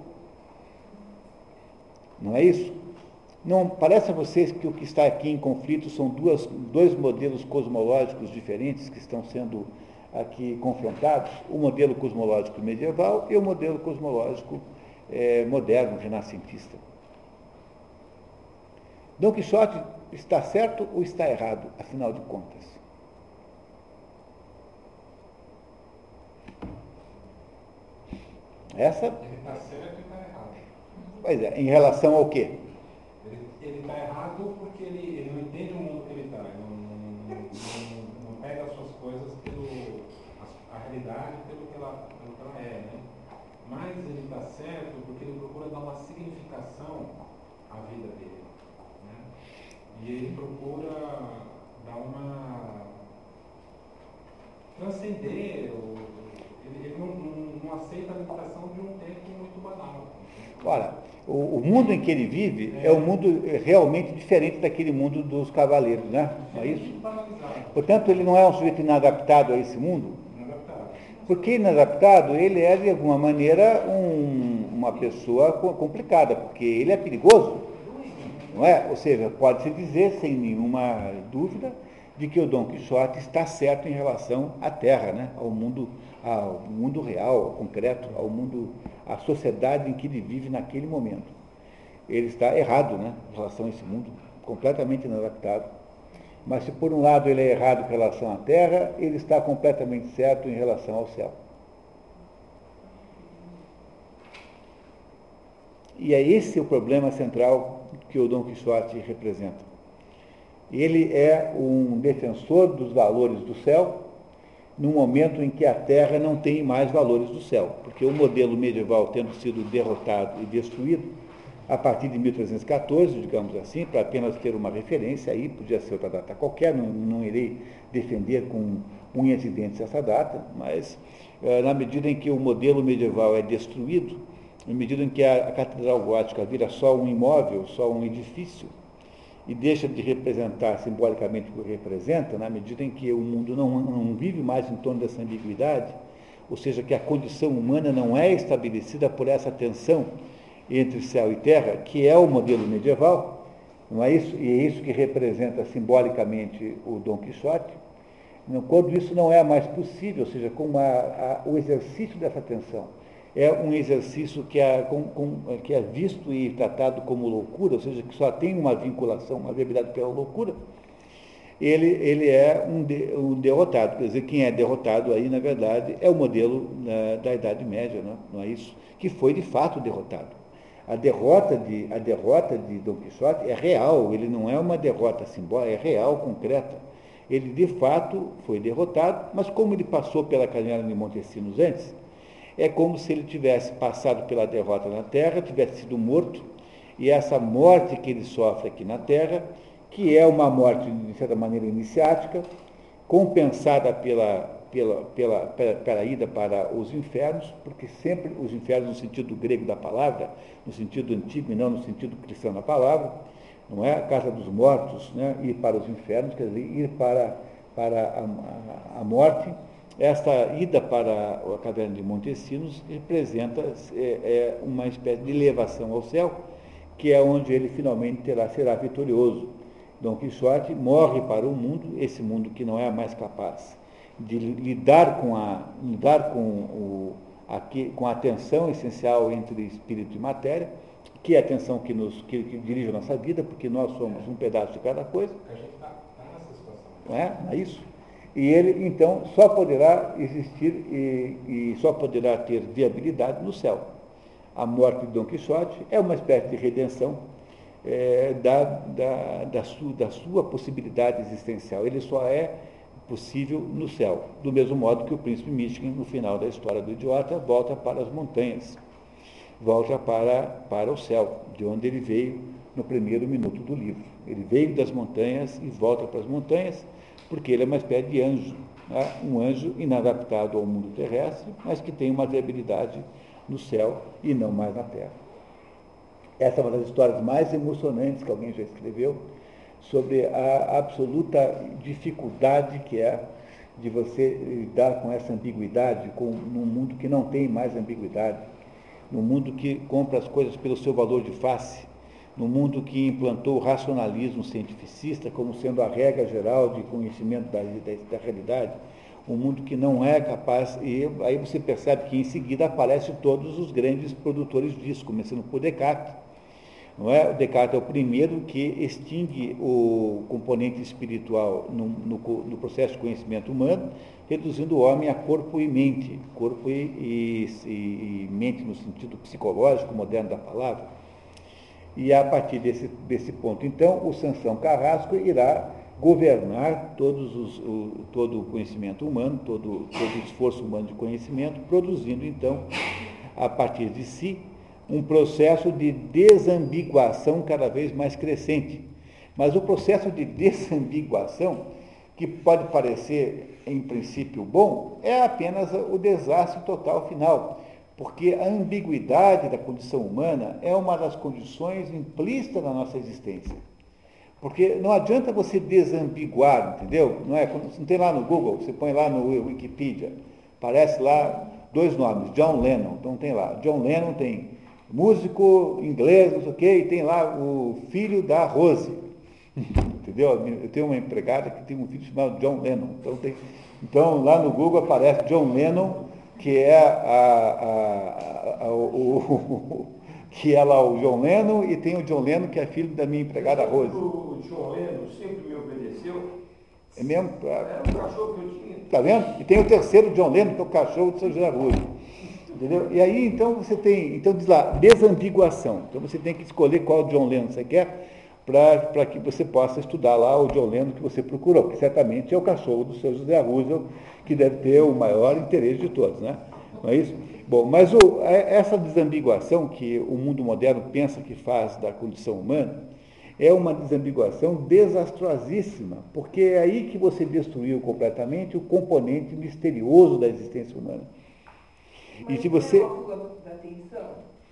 Não é isso? Não parece a vocês que o que está aqui em conflito são duas, dois modelos cosmológicos diferentes que estão sendo aqui confrontados? O modelo cosmológico medieval e o modelo cosmológico eh, moderno, renascentista. Dom Quixote está certo ou está errado, afinal de contas? Essa? Ele está certo e está errado. Pois é, em relação ao quê? Ele está errado porque ele, ele não entende o mundo que ele está, ele não, não, não, não pega as suas coisas pelo a, a realidade pelo que ela, pelo que ela é, né? Mas ele está certo porque ele procura dar uma significação à vida dele, né? E ele procura dar uma transcender, ou, ele, ele não, não, não aceita a limitação de um tempo muito banal. Ora, o, o mundo em que ele vive é um mundo realmente diferente daquele mundo dos cavaleiros, né? Não é isso? Portanto, ele não é um sujeito inadaptado a esse mundo? Inadaptado. Porque inadaptado, ele é, de alguma maneira, um, uma pessoa complicada, porque ele é perigoso, não é? Ou seja, pode-se dizer, sem nenhuma dúvida, de que o Dom Quixote está certo em relação à Terra, né? Ao mundo, ao mundo real, ao concreto, ao mundo, à sociedade em que ele vive naquele momento. Ele está errado, né, em relação a esse mundo, completamente inadaptado. Mas se por um lado ele é errado em relação à Terra, ele está completamente certo em relação ao céu. E é esse o problema central que o Dom Quixote representa. Ele é um defensor dos valores do céu, no momento em que a Terra não tem mais valores do céu, porque o modelo medieval tendo sido derrotado e destruído, a partir de mil trezentos e catorze, digamos assim, para apenas ter uma referência, aí podia ser outra data qualquer, não, não irei defender com unhas e dentes essa data, mas eh, na medida em que o modelo medieval é destruído, na medida em que a, a Catedral Gótica vira só um imóvel, só um edifício, e deixa de representar simbolicamente o que representa, na medida em que o mundo não, não vive mais em torno dessa ambiguidade, ou seja, que a condição humana não é estabelecida por essa tensão entre céu e terra, que é o modelo medieval, não é isso? E é isso que representa simbolicamente o Dom Quixote. Quando isso não é mais possível, ou seja, com a, a, o exercício dessa atenção é um exercício que é, com, com, que é visto e tratado como loucura, ou seja, que só tem uma vinculação, uma viabilidade pela loucura, ele, ele é um, de, um derrotado. Quer dizer, quem é derrotado aí, na verdade, é o modelo né, da Idade Média, não, não é isso? Que foi, de fato, derrotado. A derrota, de, a derrota de Dom Quixote é real, ele não é uma derrota simbólica, é real, concreta. Ele, de fato, foi derrotado, mas como ele passou pela canela de Montesinos antes, é como se ele tivesse passado pela derrota na Terra, tivesse sido morto, e essa morte que ele sofre aqui na Terra, que é uma morte, de certa maneira, iniciática, compensada pela, pela, pela, pela, pela ida para os infernos, porque sempre os infernos no sentido grego da palavra, no sentido antigo e não no sentido cristão da palavra, não é? A casa dos mortos, né? Ir para os infernos, quer dizer, ir para, para a, a, a morte. Esta ida para a caverna de Montesinos representa é, é uma espécie de elevação ao céu, que é onde ele finalmente terá, será vitorioso. Dom Quixote morre para o mundo, esse mundo que não é mais capaz de lidar com a, lidar com, o, a, com a tensão essencial entre espírito e matéria, que é a tensão que, nos, que, que dirige a nossa vida, porque nós somos um pedaço de cada coisa. A gente está tá nessa situação. Não é? É isso. E ele, então, só poderá existir e, e só poderá ter viabilidade no céu. A morte de Dom Quixote é uma espécie de redenção é, da, da, da, sua, da sua possibilidade existencial. Ele só é possível no céu. Do mesmo modo que o príncipe Michigan, no final da história do idiota, volta para as montanhas. Volta para, para o céu, de onde ele veio no primeiro minuto do livro. Ele veio das montanhas e volta para as montanhas, porque ele é uma espécie de anjo, né? Um anjo inadaptado ao mundo terrestre, mas que tem uma viabilidade no céu e não mais na terra. Essa é uma das histórias mais emocionantes que alguém já escreveu, sobre a absoluta dificuldade que é de você lidar com essa ambiguidade, com, num mundo que não tem mais ambiguidade, no mundo que compra as coisas pelo seu valor de face, no mundo que implantou o racionalismo cientificista como sendo a regra geral de conhecimento da, da, da realidade, um mundo que não é capaz, e aí você percebe que em seguida aparecem todos os grandes produtores disso, começando por Descartes. Não é? O Descartes é o primeiro que extingue o componente espiritual no, no, no processo de conhecimento humano, reduzindo o homem a corpo e mente, corpo e, e, e mente no sentido psicológico moderno da palavra. E a partir desse, desse ponto, então, o Sansão Carrasco irá governar todos os, o, todo o conhecimento humano, todo, todo o esforço humano de conhecimento, produzindo, então, a partir de si, um processo de desambiguação cada vez mais crescente. Mas o processo de desambiguação, que pode parecer, em princípio, bom, é apenas o desastre total final, porque a ambiguidade da condição humana é uma das condições implícitas da nossa existência. Porque não adianta você desambiguar, entendeu? Não é? Você não tem lá no Google, você põe lá no Wikipedia, aparece lá dois nomes, John Lennon, então tem lá, John Lennon tem músico inglês, não sei o quê, e tem lá o filho da Rose. Entendeu? Eu tenho uma empregada que tem um filho chamado John Lennon. Então, tem, então lá no Google aparece John Lennon, que é, a, a, a, o, o, que é lá o John Lennon, e tem o John Lennon, que é filho da minha empregada Rose. O John Lennon sempre me obedeceu. É mesmo? Era um cachorro que eu tinha. Está vendo? E tem o terceiro John Lennon, que é o cachorro de São José Rude. Entendeu? E aí, então, você tem, então diz lá, desambiguação. Então, você tem que escolher qual John Lennon você quer, para que você possa estudar lá o John Lennon que você procurou, que certamente é o cachorro do seu José Roosevelt, que deve ter o maior interesse de todos, né? Não é isso? Bom, mas o, essa desambiguação que o mundo moderno pensa que faz da condição humana é uma desambiguação desastrosíssima, porque é aí que você destruiu completamente o componente misterioso da existência humana. Mas e se você... é uma fuga da atenção?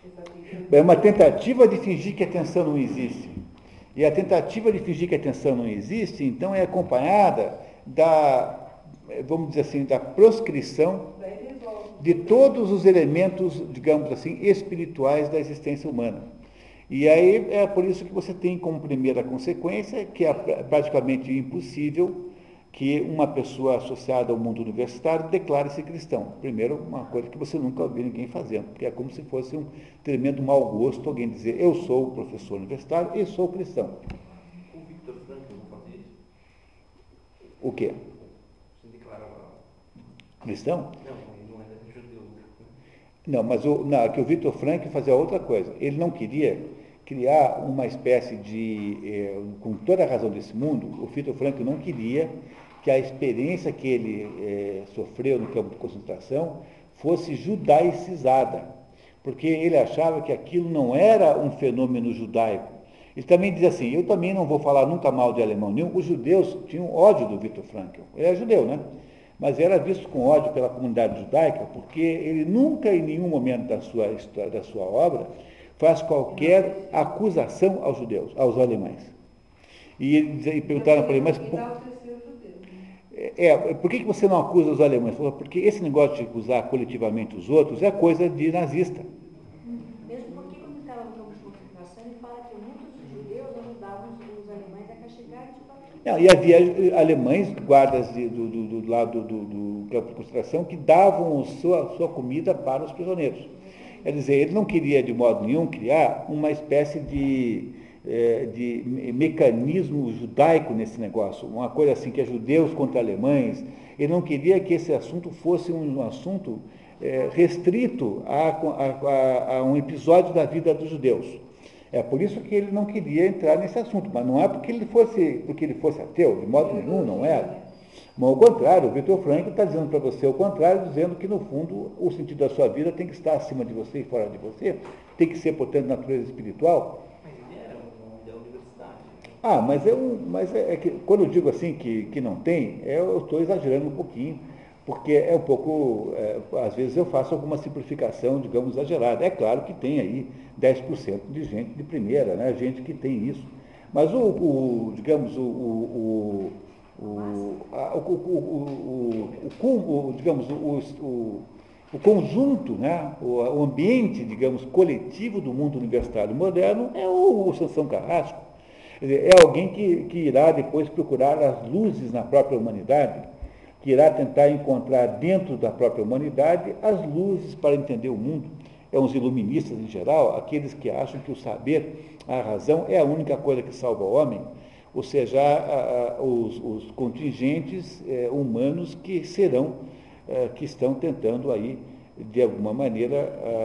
É uma tentativa de fingir que a atenção não existe. E a tentativa de fingir que a atenção não existe, então, é acompanhada da, vamos dizer assim, da proscrição de todos os elementos, digamos assim, espirituais da existência humana. E aí é por isso que você tem como primeira consequência que é praticamente impossível que uma pessoa associada ao mundo universitário declare-se cristão. Primeiro, uma coisa que você nunca ouviu ninguém fazendo, porque é como se fosse um tremendo mau gosto alguém dizer, eu sou professor universitário e sou cristão. O Victor Frankl não fazia isso? O quê? Você declarava... Cristão? Não, ele não era judeu. Não, mas o, não, que o Victor Frankl fazia outra coisa. Ele não queria criar uma espécie de, eh, com toda a razão desse mundo, o Victor Frankl não queria que a experiência que ele eh, sofreu no campo de concentração fosse judaicizada, porque ele achava que aquilo não era um fenômeno judaico. Ele também dizia assim, eu também não vou falar nunca mal de alemão nenhum, os judeus tinham ódio do Victor Frankl, ele é judeu, né? Mas era visto com ódio pela comunidade judaica, porque ele nunca, em nenhum momento da sua história, da sua obra, faz qualquer acusação aos judeus, aos alemães. E, e perguntaram para ele, mas por, é, por que você não acusa os alemães? Ele falou, porque esse negócio de acusar coletivamente os outros é coisa de nazista. Mesmo porque quando estava no campo de concentração, ele fala que muitos judeus ajudavam os alemães a castigar de não, e havia alemães, guardas de, do, do, do lado do, do campo de concentração, que davam a sua, sua comida para os prisioneiros. Quer dizer, ele não queria de modo nenhum criar uma espécie de, de mecanismo judaico nesse negócio, uma coisa assim que é judeus contra alemães. Ele não queria que esse assunto fosse um assunto é, restrito a, a, a, a um episódio da vida dos judeus. É por isso que ele não queria entrar nesse assunto, mas não é porque ele fosse, porque ele fosse ateu, de modo nenhum, não era. Mas ao contrário, o Victor Frankl está dizendo para você o contrário, dizendo que, no fundo, o sentido da sua vida tem que estar acima de você e fora de você, tem que ser, portanto, natureza espiritual. Mas ele era um homem da universidade. Ah, mas, eu, mas é, é que, quando eu digo assim que, que não tem, é, eu estou exagerando um pouquinho, porque é um pouco, é, às vezes eu faço alguma simplificação, digamos, exagerada. É claro que tem aí dez por cento de gente de primeira, né? Gente que tem isso. Mas, o, o digamos, o... o O, a, o, o, o, o, digamos, o, o conjunto, né, o, o ambiente, digamos, coletivo do mundo universitário moderno é o, o Sansão Carrasco. Quer dizer, é alguém que, que irá depois procurar as luzes na própria humanidade, que irá tentar encontrar dentro da própria humanidade as luzes para entender o mundo. É uns iluministas em geral, aqueles que acham que o saber, a razão, é a única coisa que salva o homem. Ou seja, a, a, os, os contingentes é, humanos que serão, é, que estão tentando aí, de alguma maneira,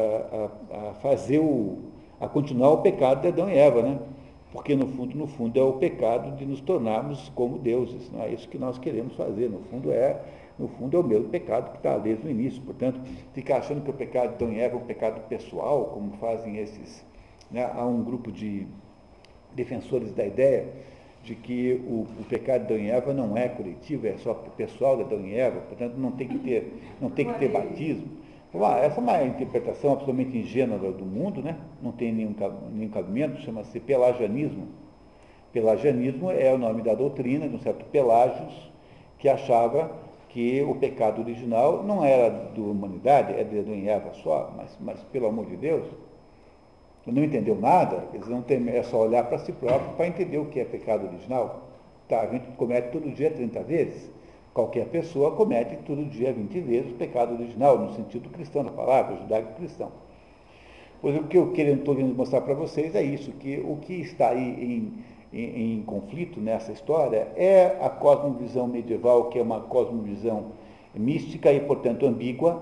a, a, a fazer o, a continuar o pecado de Adão e Eva, né? Porque no fundo, no fundo é o pecado de nos tornarmos como deuses, não é isso que nós queremos fazer, no fundo é, no fundo é o mesmo pecado que está desde o início, portanto, ficar achando que o pecado de Adão e Eva é um pecado pessoal, como fazem esses, né? Há um grupo de defensores da ideia de que o, o pecado de Adão e Eva não é coletivo, é só pessoal de Adão e Eva, portanto não tem que ter, não tem que ter batismo. Essa é uma interpretação absolutamente ingênua do mundo, né? Não tem nenhum, nenhum cabimento, chama-se pelagianismo. Pelagianismo é o nome da doutrina de um certo Pelágios, que achava que o pecado original não era da humanidade, é de Adão e Eva só, mas, mas pelo amor de Deus, não entendeu nada, eles não tem, é só olhar para si próprio para entender o que é pecado original. Tá, a gente comete todo dia trinta vezes. Qualquer pessoa comete todo dia vinte vezes o pecado original, no sentido cristão da palavra, judaico-cristão. Pois o que eu estou querendo mostrar para vocês é isso, que o que está aí em, em, em conflito nessa história é a cosmovisão medieval, que é uma cosmovisão mística e, portanto, ambígua,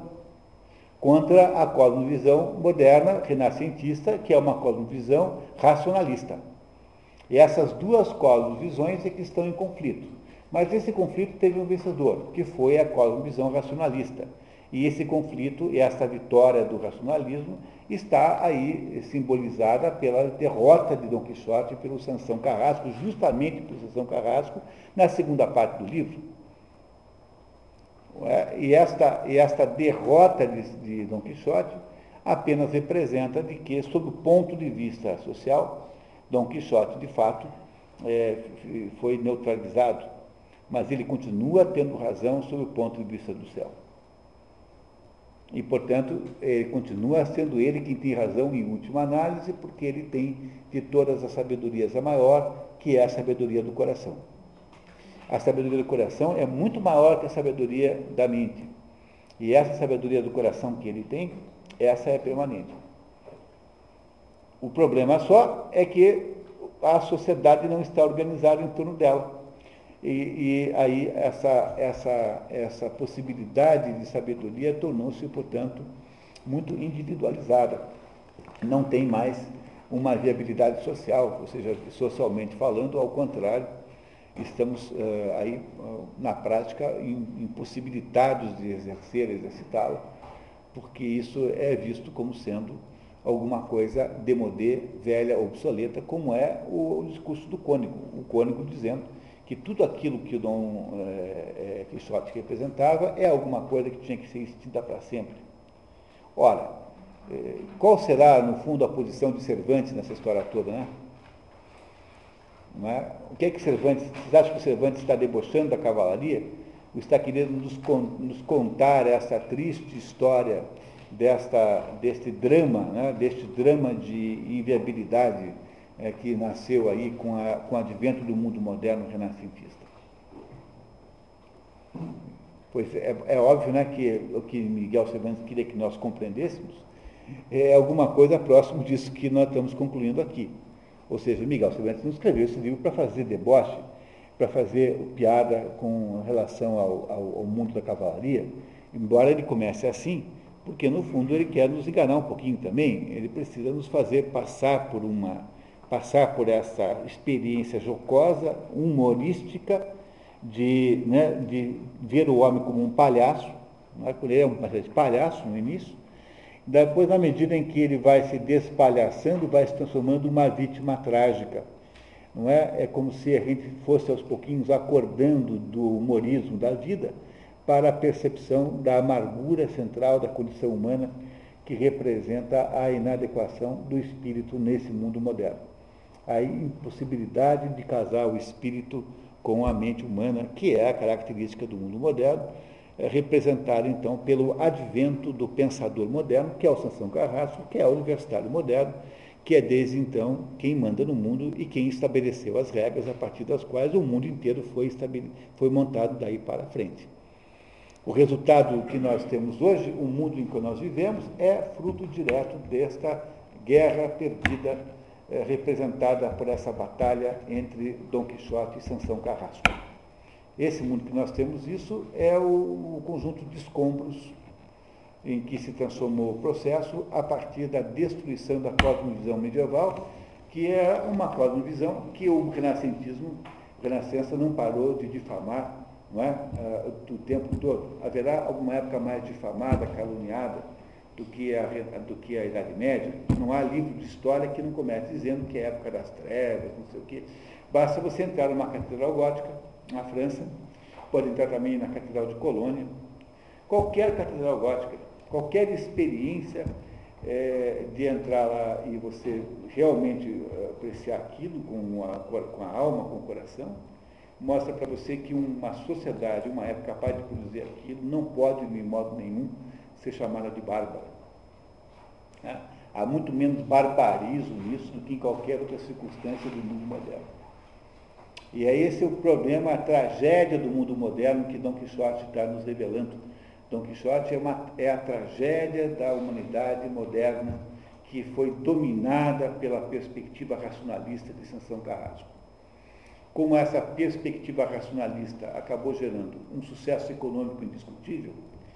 contra a cosmovisão moderna, renascentista, que é uma cosmovisão racionalista. E essas duas cosmovisões é que estão em conflito. Mas esse conflito teve um vencedor, que foi a cosmovisão racionalista. E esse conflito, e essa vitória do racionalismo, está aí simbolizada pela derrota de Dom Quixote pelo Sansão Carrasco, justamente pelo Sansão Carrasco, na segunda parte do livro. E esta, e esta derrota de, de Dom Quixote apenas representa de que, sob o ponto de vista social, Dom Quixote, de fato, é, foi neutralizado, mas ele continua tendo razão sob o ponto de vista do céu. E, portanto, ele continua sendo ele quem tem razão em última análise, porque ele tem de todas as sabedorias a maior, que é a sabedoria do coração. A sabedoria do coração é muito maior que a sabedoria da mente. E essa sabedoria do coração que ele tem, essa é permanente. O problema só é que a sociedade não está organizada em torno dela. E, e aí essa, essa, essa possibilidade de sabedoria tornou-se, portanto, muito individualizada. Não tem mais uma viabilidade social, ou seja, socialmente falando, ao contrário, estamos uh, aí, uh, na prática, impossibilitados de exercer, exercitá-la, porque isso é visto como sendo alguma coisa demodé, velha, obsoleta, como é o, o discurso do cônigo. O cônigo dizendo que tudo aquilo que o Dom é, é, Quixote representava é alguma coisa que tinha que ser extinta para sempre. Ora, é, qual será, no fundo, a posição de Cervantes nessa história toda, né? Não é? O que é que Cervantes, vocês acham que o Cervantes está debochando da cavalaria? Ou está querendo nos, nos contar essa triste história desta, deste drama, né? Deste drama de inviabilidade é, que nasceu aí com, a, com o advento do mundo moderno renascentista? Pois é, é óbvio, né, que o que Miguel Cervantes queria que nós compreendêssemos é alguma coisa próximo disso que nós estamos concluindo aqui. Ou seja, Miguel Cervantes não escreveu esse livro para fazer deboche, para fazer piada com relação ao, ao, ao mundo da cavalaria, embora ele comece assim, porque no fundo ele quer nos enganar um pouquinho também. Ele precisa nos fazer passar por uma, passar por essa experiência jocosa, humorística, de, né, de ver o homem como um palhaço, não é? Ele é um palhaço no início. Depois, na medida em que ele vai se despalhaçando, vai se transformando numa vítima trágica. Não é? É como se a gente fosse aos pouquinhos acordando do humorismo da vida para a percepção da amargura central da condição humana que representa a inadequação do espírito nesse mundo moderno. A impossibilidade de casar o espírito com a mente humana, que é a característica do mundo moderno, é representado, então, pelo advento do pensador moderno, que é o Sansão Carrasco, que é o universitário moderno, que é, desde então, quem manda no mundo e quem estabeleceu as regras a partir das quais o mundo inteiro foi, foi montado daí para frente. O resultado que nós temos hoje, o mundo em que nós vivemos, é fruto direto desta guerra perdida, é, representada por essa batalha entre Dom Quixote e Sansão Carrasco. Esse mundo que nós temos, isso é o, o conjunto de escombros em que se transformou o processo a partir da destruição da cosmovisão medieval, que é uma cosmovisão que o renascentismo, a Renascença não parou de difamar, não é? Uh, o tempo todo. Haverá alguma época mais difamada, caluniada, do que, a, do que a Idade Média? Não há livro de história que não comece dizendo que é a época das trevas, não sei o quê. Basta você entrar numa catedral gótica, na França, pode entrar também na Catedral de Colônia, qualquer catedral gótica, qualquer experiência é, de entrar lá e você realmente apreciar aquilo com a, com a alma, com o coração, mostra para você que uma sociedade, uma época capaz de produzir aquilo, não pode, de modo nenhum, ser chamada de bárbara. Né? Há muito menos barbarismo nisso do que em qualquer outra circunstância do mundo moderno. E é esse o problema, a tragédia do mundo moderno que Dom Quixote está nos revelando. Dom Quixote é, uma, é a tragédia da humanidade moderna que foi dominada pela perspectiva racionalista de Sansão Carrasco. Como essa perspectiva racionalista acabou gerando um sucesso econômico indiscutível,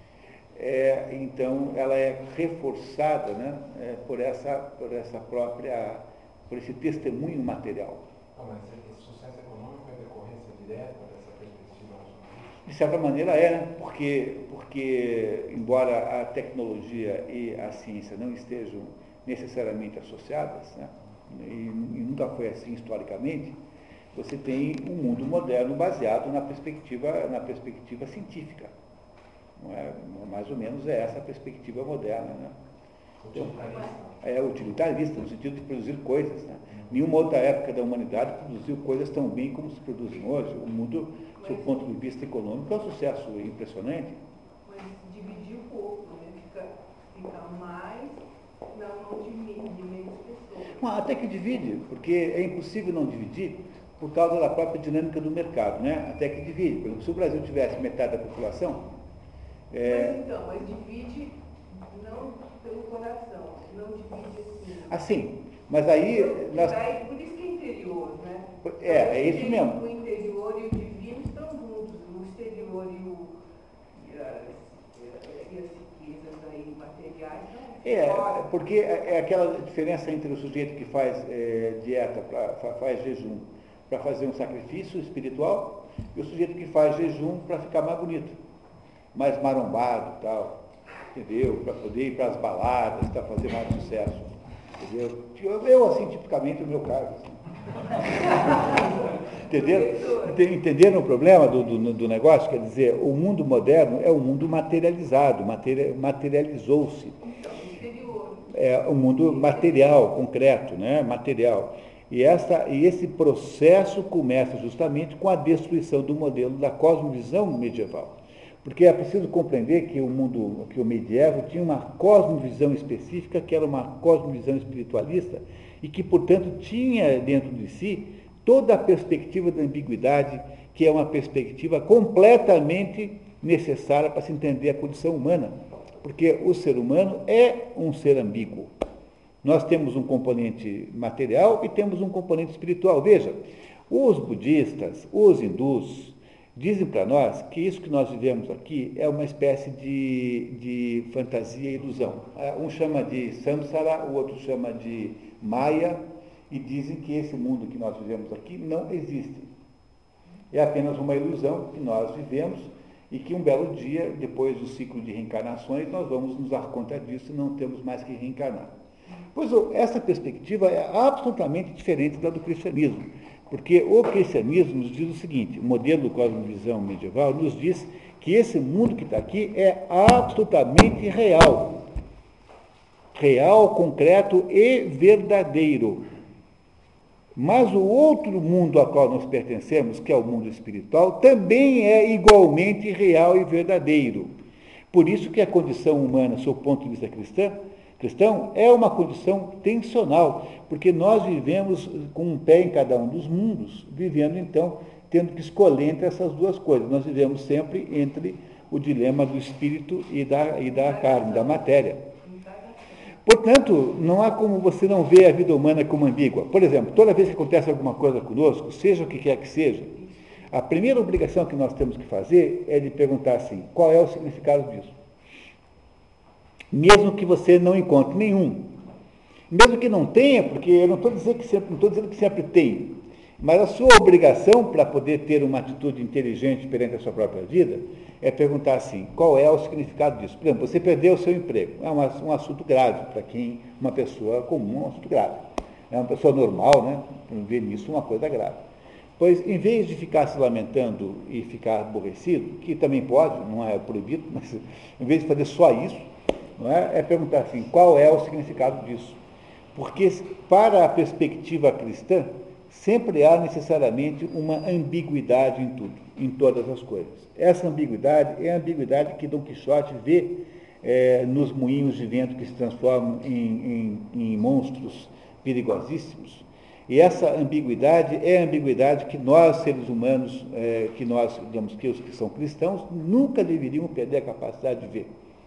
é, então ela é reforçada, né, é, por, essa, por essa própria, por esse testemunho material. Ah, mas esse sucesso econômico é decorrência direta dessa perspectiva racionalista? De certa maneira é, né? porque, porque embora a tecnologia e a ciência não estejam necessariamente associadas, né, e, e nunca foi assim historicamente, você tem um mundo moderno baseado na perspectiva, na perspectiva científica. Não é? Mais ou menos é essa a perspectiva moderna. Né? Então, é utilitarista, no sentido de produzir coisas. Né? Nenhuma outra época da humanidade produziu coisas tão bem como se produzem hoje. O mundo, do ponto de vista econômico, é um sucesso impressionante. Mas dividir um pouco, né? Fica, fica mais na mão de, de menos pessoas. Até que divide, porque é impossível não dividir. por causa da própria dinâmica do mercado, né? Até que divide. Por exemplo, se o Brasil tivesse metade da população... É... Mas então, mas divide não pelo coração, não divide assim. Assim, mas aí... Nós... Daí, por isso que é interior, né? É, é isso mesmo. O interior e o divino estão juntos, o exterior e, o, e, as, e as riquezas aí materiais não. É, porque é aquela diferença entre o sujeito que faz é, dieta, pra, faz jejum, para fazer um sacrifício espiritual, e o sujeito que faz jejum para ficar mais bonito, mais marombado e tal, entendeu? Para poder ir para as baladas, para fazer mais sucesso, entendeu? Eu, eu assim, tipicamente, o meu caso. Assim. Entenderam? Entenderam o problema do, do, do negócio? Quer dizer, o mundo moderno é um mundo materializado, materializou-se. É um mundo material, concreto, né? Material. E, essa, e esse processo começa justamente com a destruição do modelo da cosmovisão medieval. Porque é preciso compreender que o mundo, que o medievo tinha uma cosmovisão específica, que era uma cosmovisão espiritualista, e que, portanto, tinha dentro de si toda a perspectiva da ambiguidade, que é uma perspectiva completamente necessária para se entender a condição humana. Porque o ser humano é um ser ambíguo. Nós temos um componente material e temos um componente espiritual. Veja, os budistas, os hindus, dizem para nós que isso que nós vivemos aqui é uma espécie de, de fantasia e ilusão. Um chama de samsara, o outro chama de maya, e dizem que esse mundo que nós vivemos aqui não existe. É apenas uma ilusão que nós vivemos e que um belo dia, depois do ciclo de reencarnações, nós vamos nos dar conta disso e não temos mais que reencarnar. Pois essa perspectiva é absolutamente diferente da do cristianismo, porque o cristianismo nos diz o seguinte, o modelo do cosmovisão medieval nos diz que esse mundo que está aqui é absolutamente real. Real, concreto e verdadeiro. Mas o outro mundo ao qual nós pertencemos, que é o mundo espiritual, também é igualmente real e verdadeiro. Por isso que a condição humana, sob o ponto de vista cristão, cristão, é uma condição tensional, porque nós vivemos com um pé em cada um dos mundos, vivendo então, tendo que escolher entre essas duas coisas. Nós vivemos sempre entre o dilema do espírito e da, e da carne, da matéria. Portanto, não há como você não ver a vida humana como ambígua. Por exemplo, toda vez que acontece alguma coisa conosco, seja o que quer que seja, a primeira obrigação que nós temos que fazer é de perguntar assim, qual é o significado disso? Mesmo que você não encontre nenhum. Mesmo que não tenha, porque eu não estou dizendo que sempre, não estou dizendo que sempre tem, mas a sua obrigação para poder ter uma atitude inteligente perante a sua própria vida é perguntar assim, qual é o significado disso? Por exemplo, você perdeu o seu emprego. É uma, um assunto grave para quem, uma pessoa comum, é um assunto grave. É uma pessoa normal, né? Vê nisso uma coisa grave. Pois, em vez de ficar se lamentando e ficar aborrecido, que também pode, não é proibido, mas em vez de fazer só isso, não é, é perguntar assim, qual é o significado disso? Porque, para a perspectiva cristã, sempre há necessariamente uma ambiguidade em tudo, em todas as coisas. Essa ambiguidade é a ambiguidade que Dom Quixote vê é, nos moinhos de vento que se transformam em, em, em monstros perigosíssimos. E essa ambiguidade é a ambiguidade que nós, seres humanos, é, que nós, digamos que os que são cristãos, nunca deveriam perder a capacidade de ver.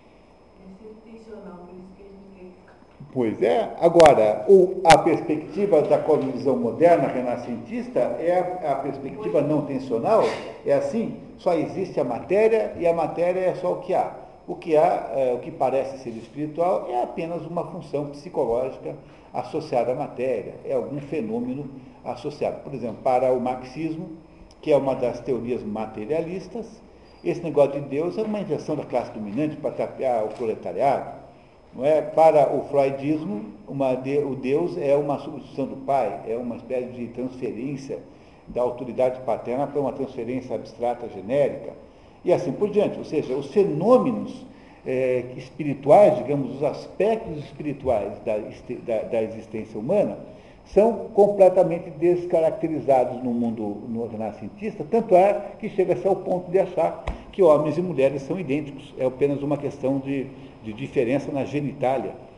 Pois é. Agora, o, a perspectiva da cosmovisão moderna, renascentista, é a, a perspectiva não tensional, é assim, só existe a matéria e a matéria é só o que há. O que há, é, o que parece ser espiritual, é apenas uma função psicológica associada à matéria, é algum fenômeno associado. Por exemplo, para o marxismo, que é uma das teorias materialistas, esse negócio de Deus é uma invenção da classe dominante para tapear o proletariado. Não é? Para o freudismo, uma de, o Deus é uma substituição do pai, é uma espécie de transferência da autoridade paterna para uma transferência abstrata genérica, e assim por diante. Ou seja, os fenômenos é, espirituais, digamos, os aspectos espirituais da, da, da existência humana, são completamente descaracterizados no mundo no renascentista, tanto é que chega-se ao ponto de achar que homens e mulheres são idênticos, é apenas uma questão de, de diferença na genitália.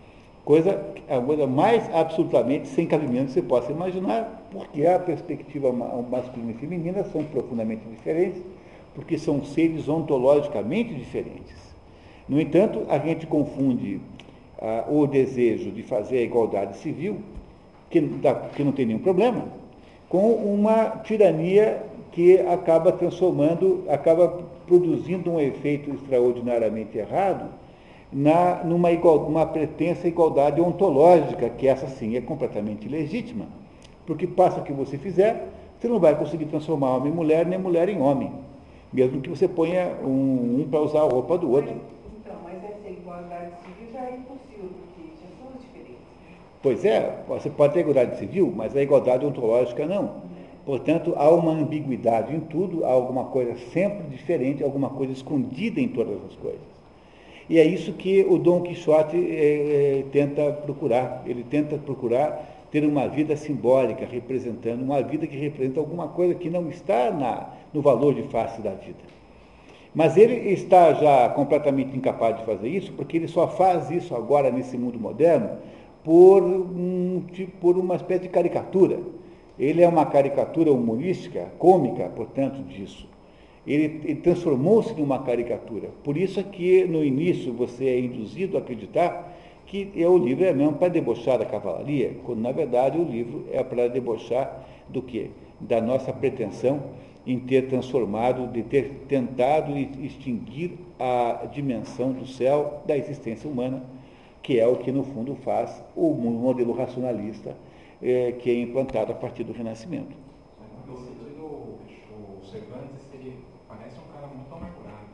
Coisa, a coisa mais absolutamente sem cabimento que você possa imaginar, porque a perspectiva masculina e feminina são profundamente diferentes, porque são seres ontologicamente diferentes. No entanto, a gente confunde ah, o desejo de fazer a igualdade civil, que, da, que não tem nenhum problema, com uma tirania que acaba transformando, acaba produzindo um efeito extraordinariamente errado na, numa igual, uma pretensa igualdade ontológica, que essa sim é completamente legítima, porque passa o que você fizer, você não vai conseguir transformar homem em mulher, nem mulher em homem, mesmo que você ponha um, um para usar a roupa do outro. Então, mas essa igualdade civil já é impossível, porque já são diferentes. Pois é, você pode ter igualdade civil, mas a igualdade ontológica não. Portanto, há uma ambiguidade em tudo, há alguma coisa sempre diferente, alguma coisa escondida em todas as coisas. E é isso que o Dom Quixote é, é, tenta procurar. Ele tenta procurar ter uma vida simbólica, representando, uma vida que representa alguma coisa que não está na, no valor de face da vida. Mas ele está já completamente incapaz de fazer isso, porque ele só faz isso agora nesse mundo moderno por, um, por uma espécie de caricatura. Ele é uma caricatura humorística, cômica, portanto, disso. Ele, ele transformou-se numa caricatura. Por isso é que, no início, você é induzido a acreditar que é o livro é mesmo para debochar da cavalaria, quando, na verdade, o livro é para debochar do quê? Da nossa pretensão em ter transformado, de ter tentado extinguir a dimensão do céu da existência humana, que é o que, no fundo, faz o modelo racionalista É, que é implantado a partir do Renascimento. No sentido, o Cervantes ele parece um cara muito amargurado.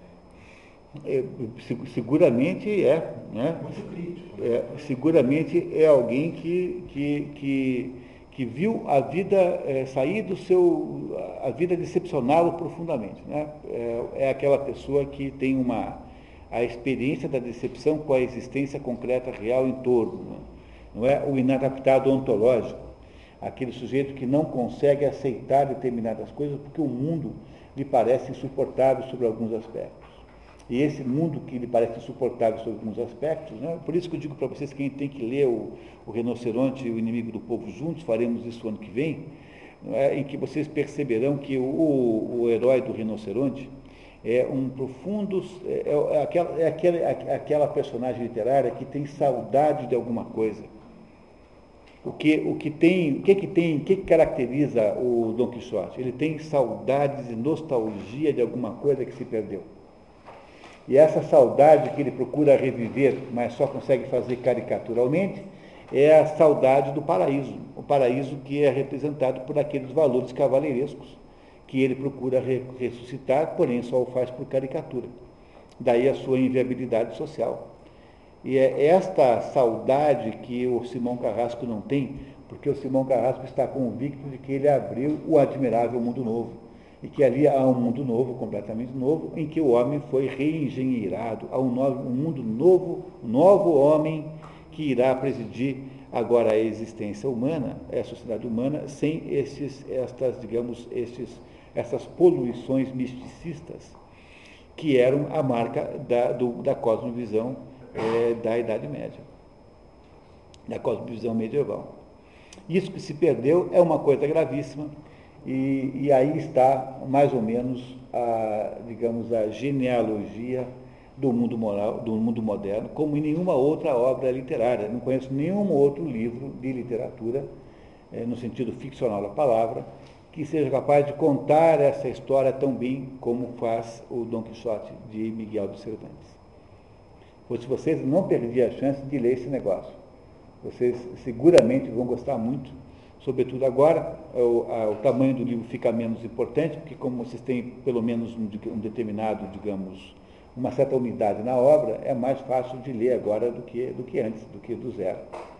É, seguramente é, né? Muito crítico. É, seguramente é alguém que, que, que, que viu a vida é, sair do seu, a vida decepcioná-lo profundamente, né? É, é aquela pessoa que tem uma, a experiência da decepção com a existência concreta real em torno, né? Não é o inadaptado ontológico, aquele sujeito que não consegue aceitar determinadas coisas porque o mundo lhe parece insuportável sobre alguns aspectos. E esse mundo que lhe parece insuportável sobre alguns aspectos, né? Por isso que eu digo para vocês que a gente tem que ler o, o Rinoceronte e o Inimigo do Povo juntos, faremos isso ano que vem, não é? Em que vocês perceberão que o, o, o herói do Rinoceronte é um profundo, é, é, aquela, é, aquela, é aquela personagem literária que tem saudade de alguma coisa. O que, o que tem, o que, que tem, o que, que caracteriza o Dom Quixote? Ele tem saudades e nostalgia de alguma coisa que se perdeu. E essa saudade que ele procura reviver, mas só consegue fazer caricaturalmente, é a saudade do paraíso. O paraíso que é representado por aqueles valores cavaleirescos que ele procura re ressuscitar, porém só o faz por caricatura. Daí a sua inviabilidade social. E é esta saudade que o Simão Carrasco não tem, porque o Simão Carrasco está convicto de que ele abriu o admirável mundo novo, e que ali há um mundo novo, completamente novo, em que o homem foi reengenheirado, há um, novo, um mundo novo, um novo homem que irá presidir agora a existência humana, a sociedade humana, sem esses, estas, digamos, esses, essas poluições misticistas, que eram a marca da, do, da cosmovisão É, da Idade Média, da cosmovisão medieval. Isso que se perdeu é uma coisa gravíssima, e, e aí está mais ou menos a, digamos, a genealogia do mundo moral, do mundo moderno, como em nenhuma outra obra literária. Não conheço nenhum outro livro de literatura, é, no sentido ficcional da palavra, que seja capaz de contar essa história tão bem como faz o Dom Quixote de Miguel de Cervantes. Pois vocês não perdiam a chance de ler esse negócio. Vocês seguramente vão gostar muito, sobretudo agora, o, a, o tamanho do livro fica menos importante, porque como vocês têm pelo menos um, um determinado, digamos, uma certa unidade na obra, é mais fácil de ler agora do que, do que antes, do que do zero.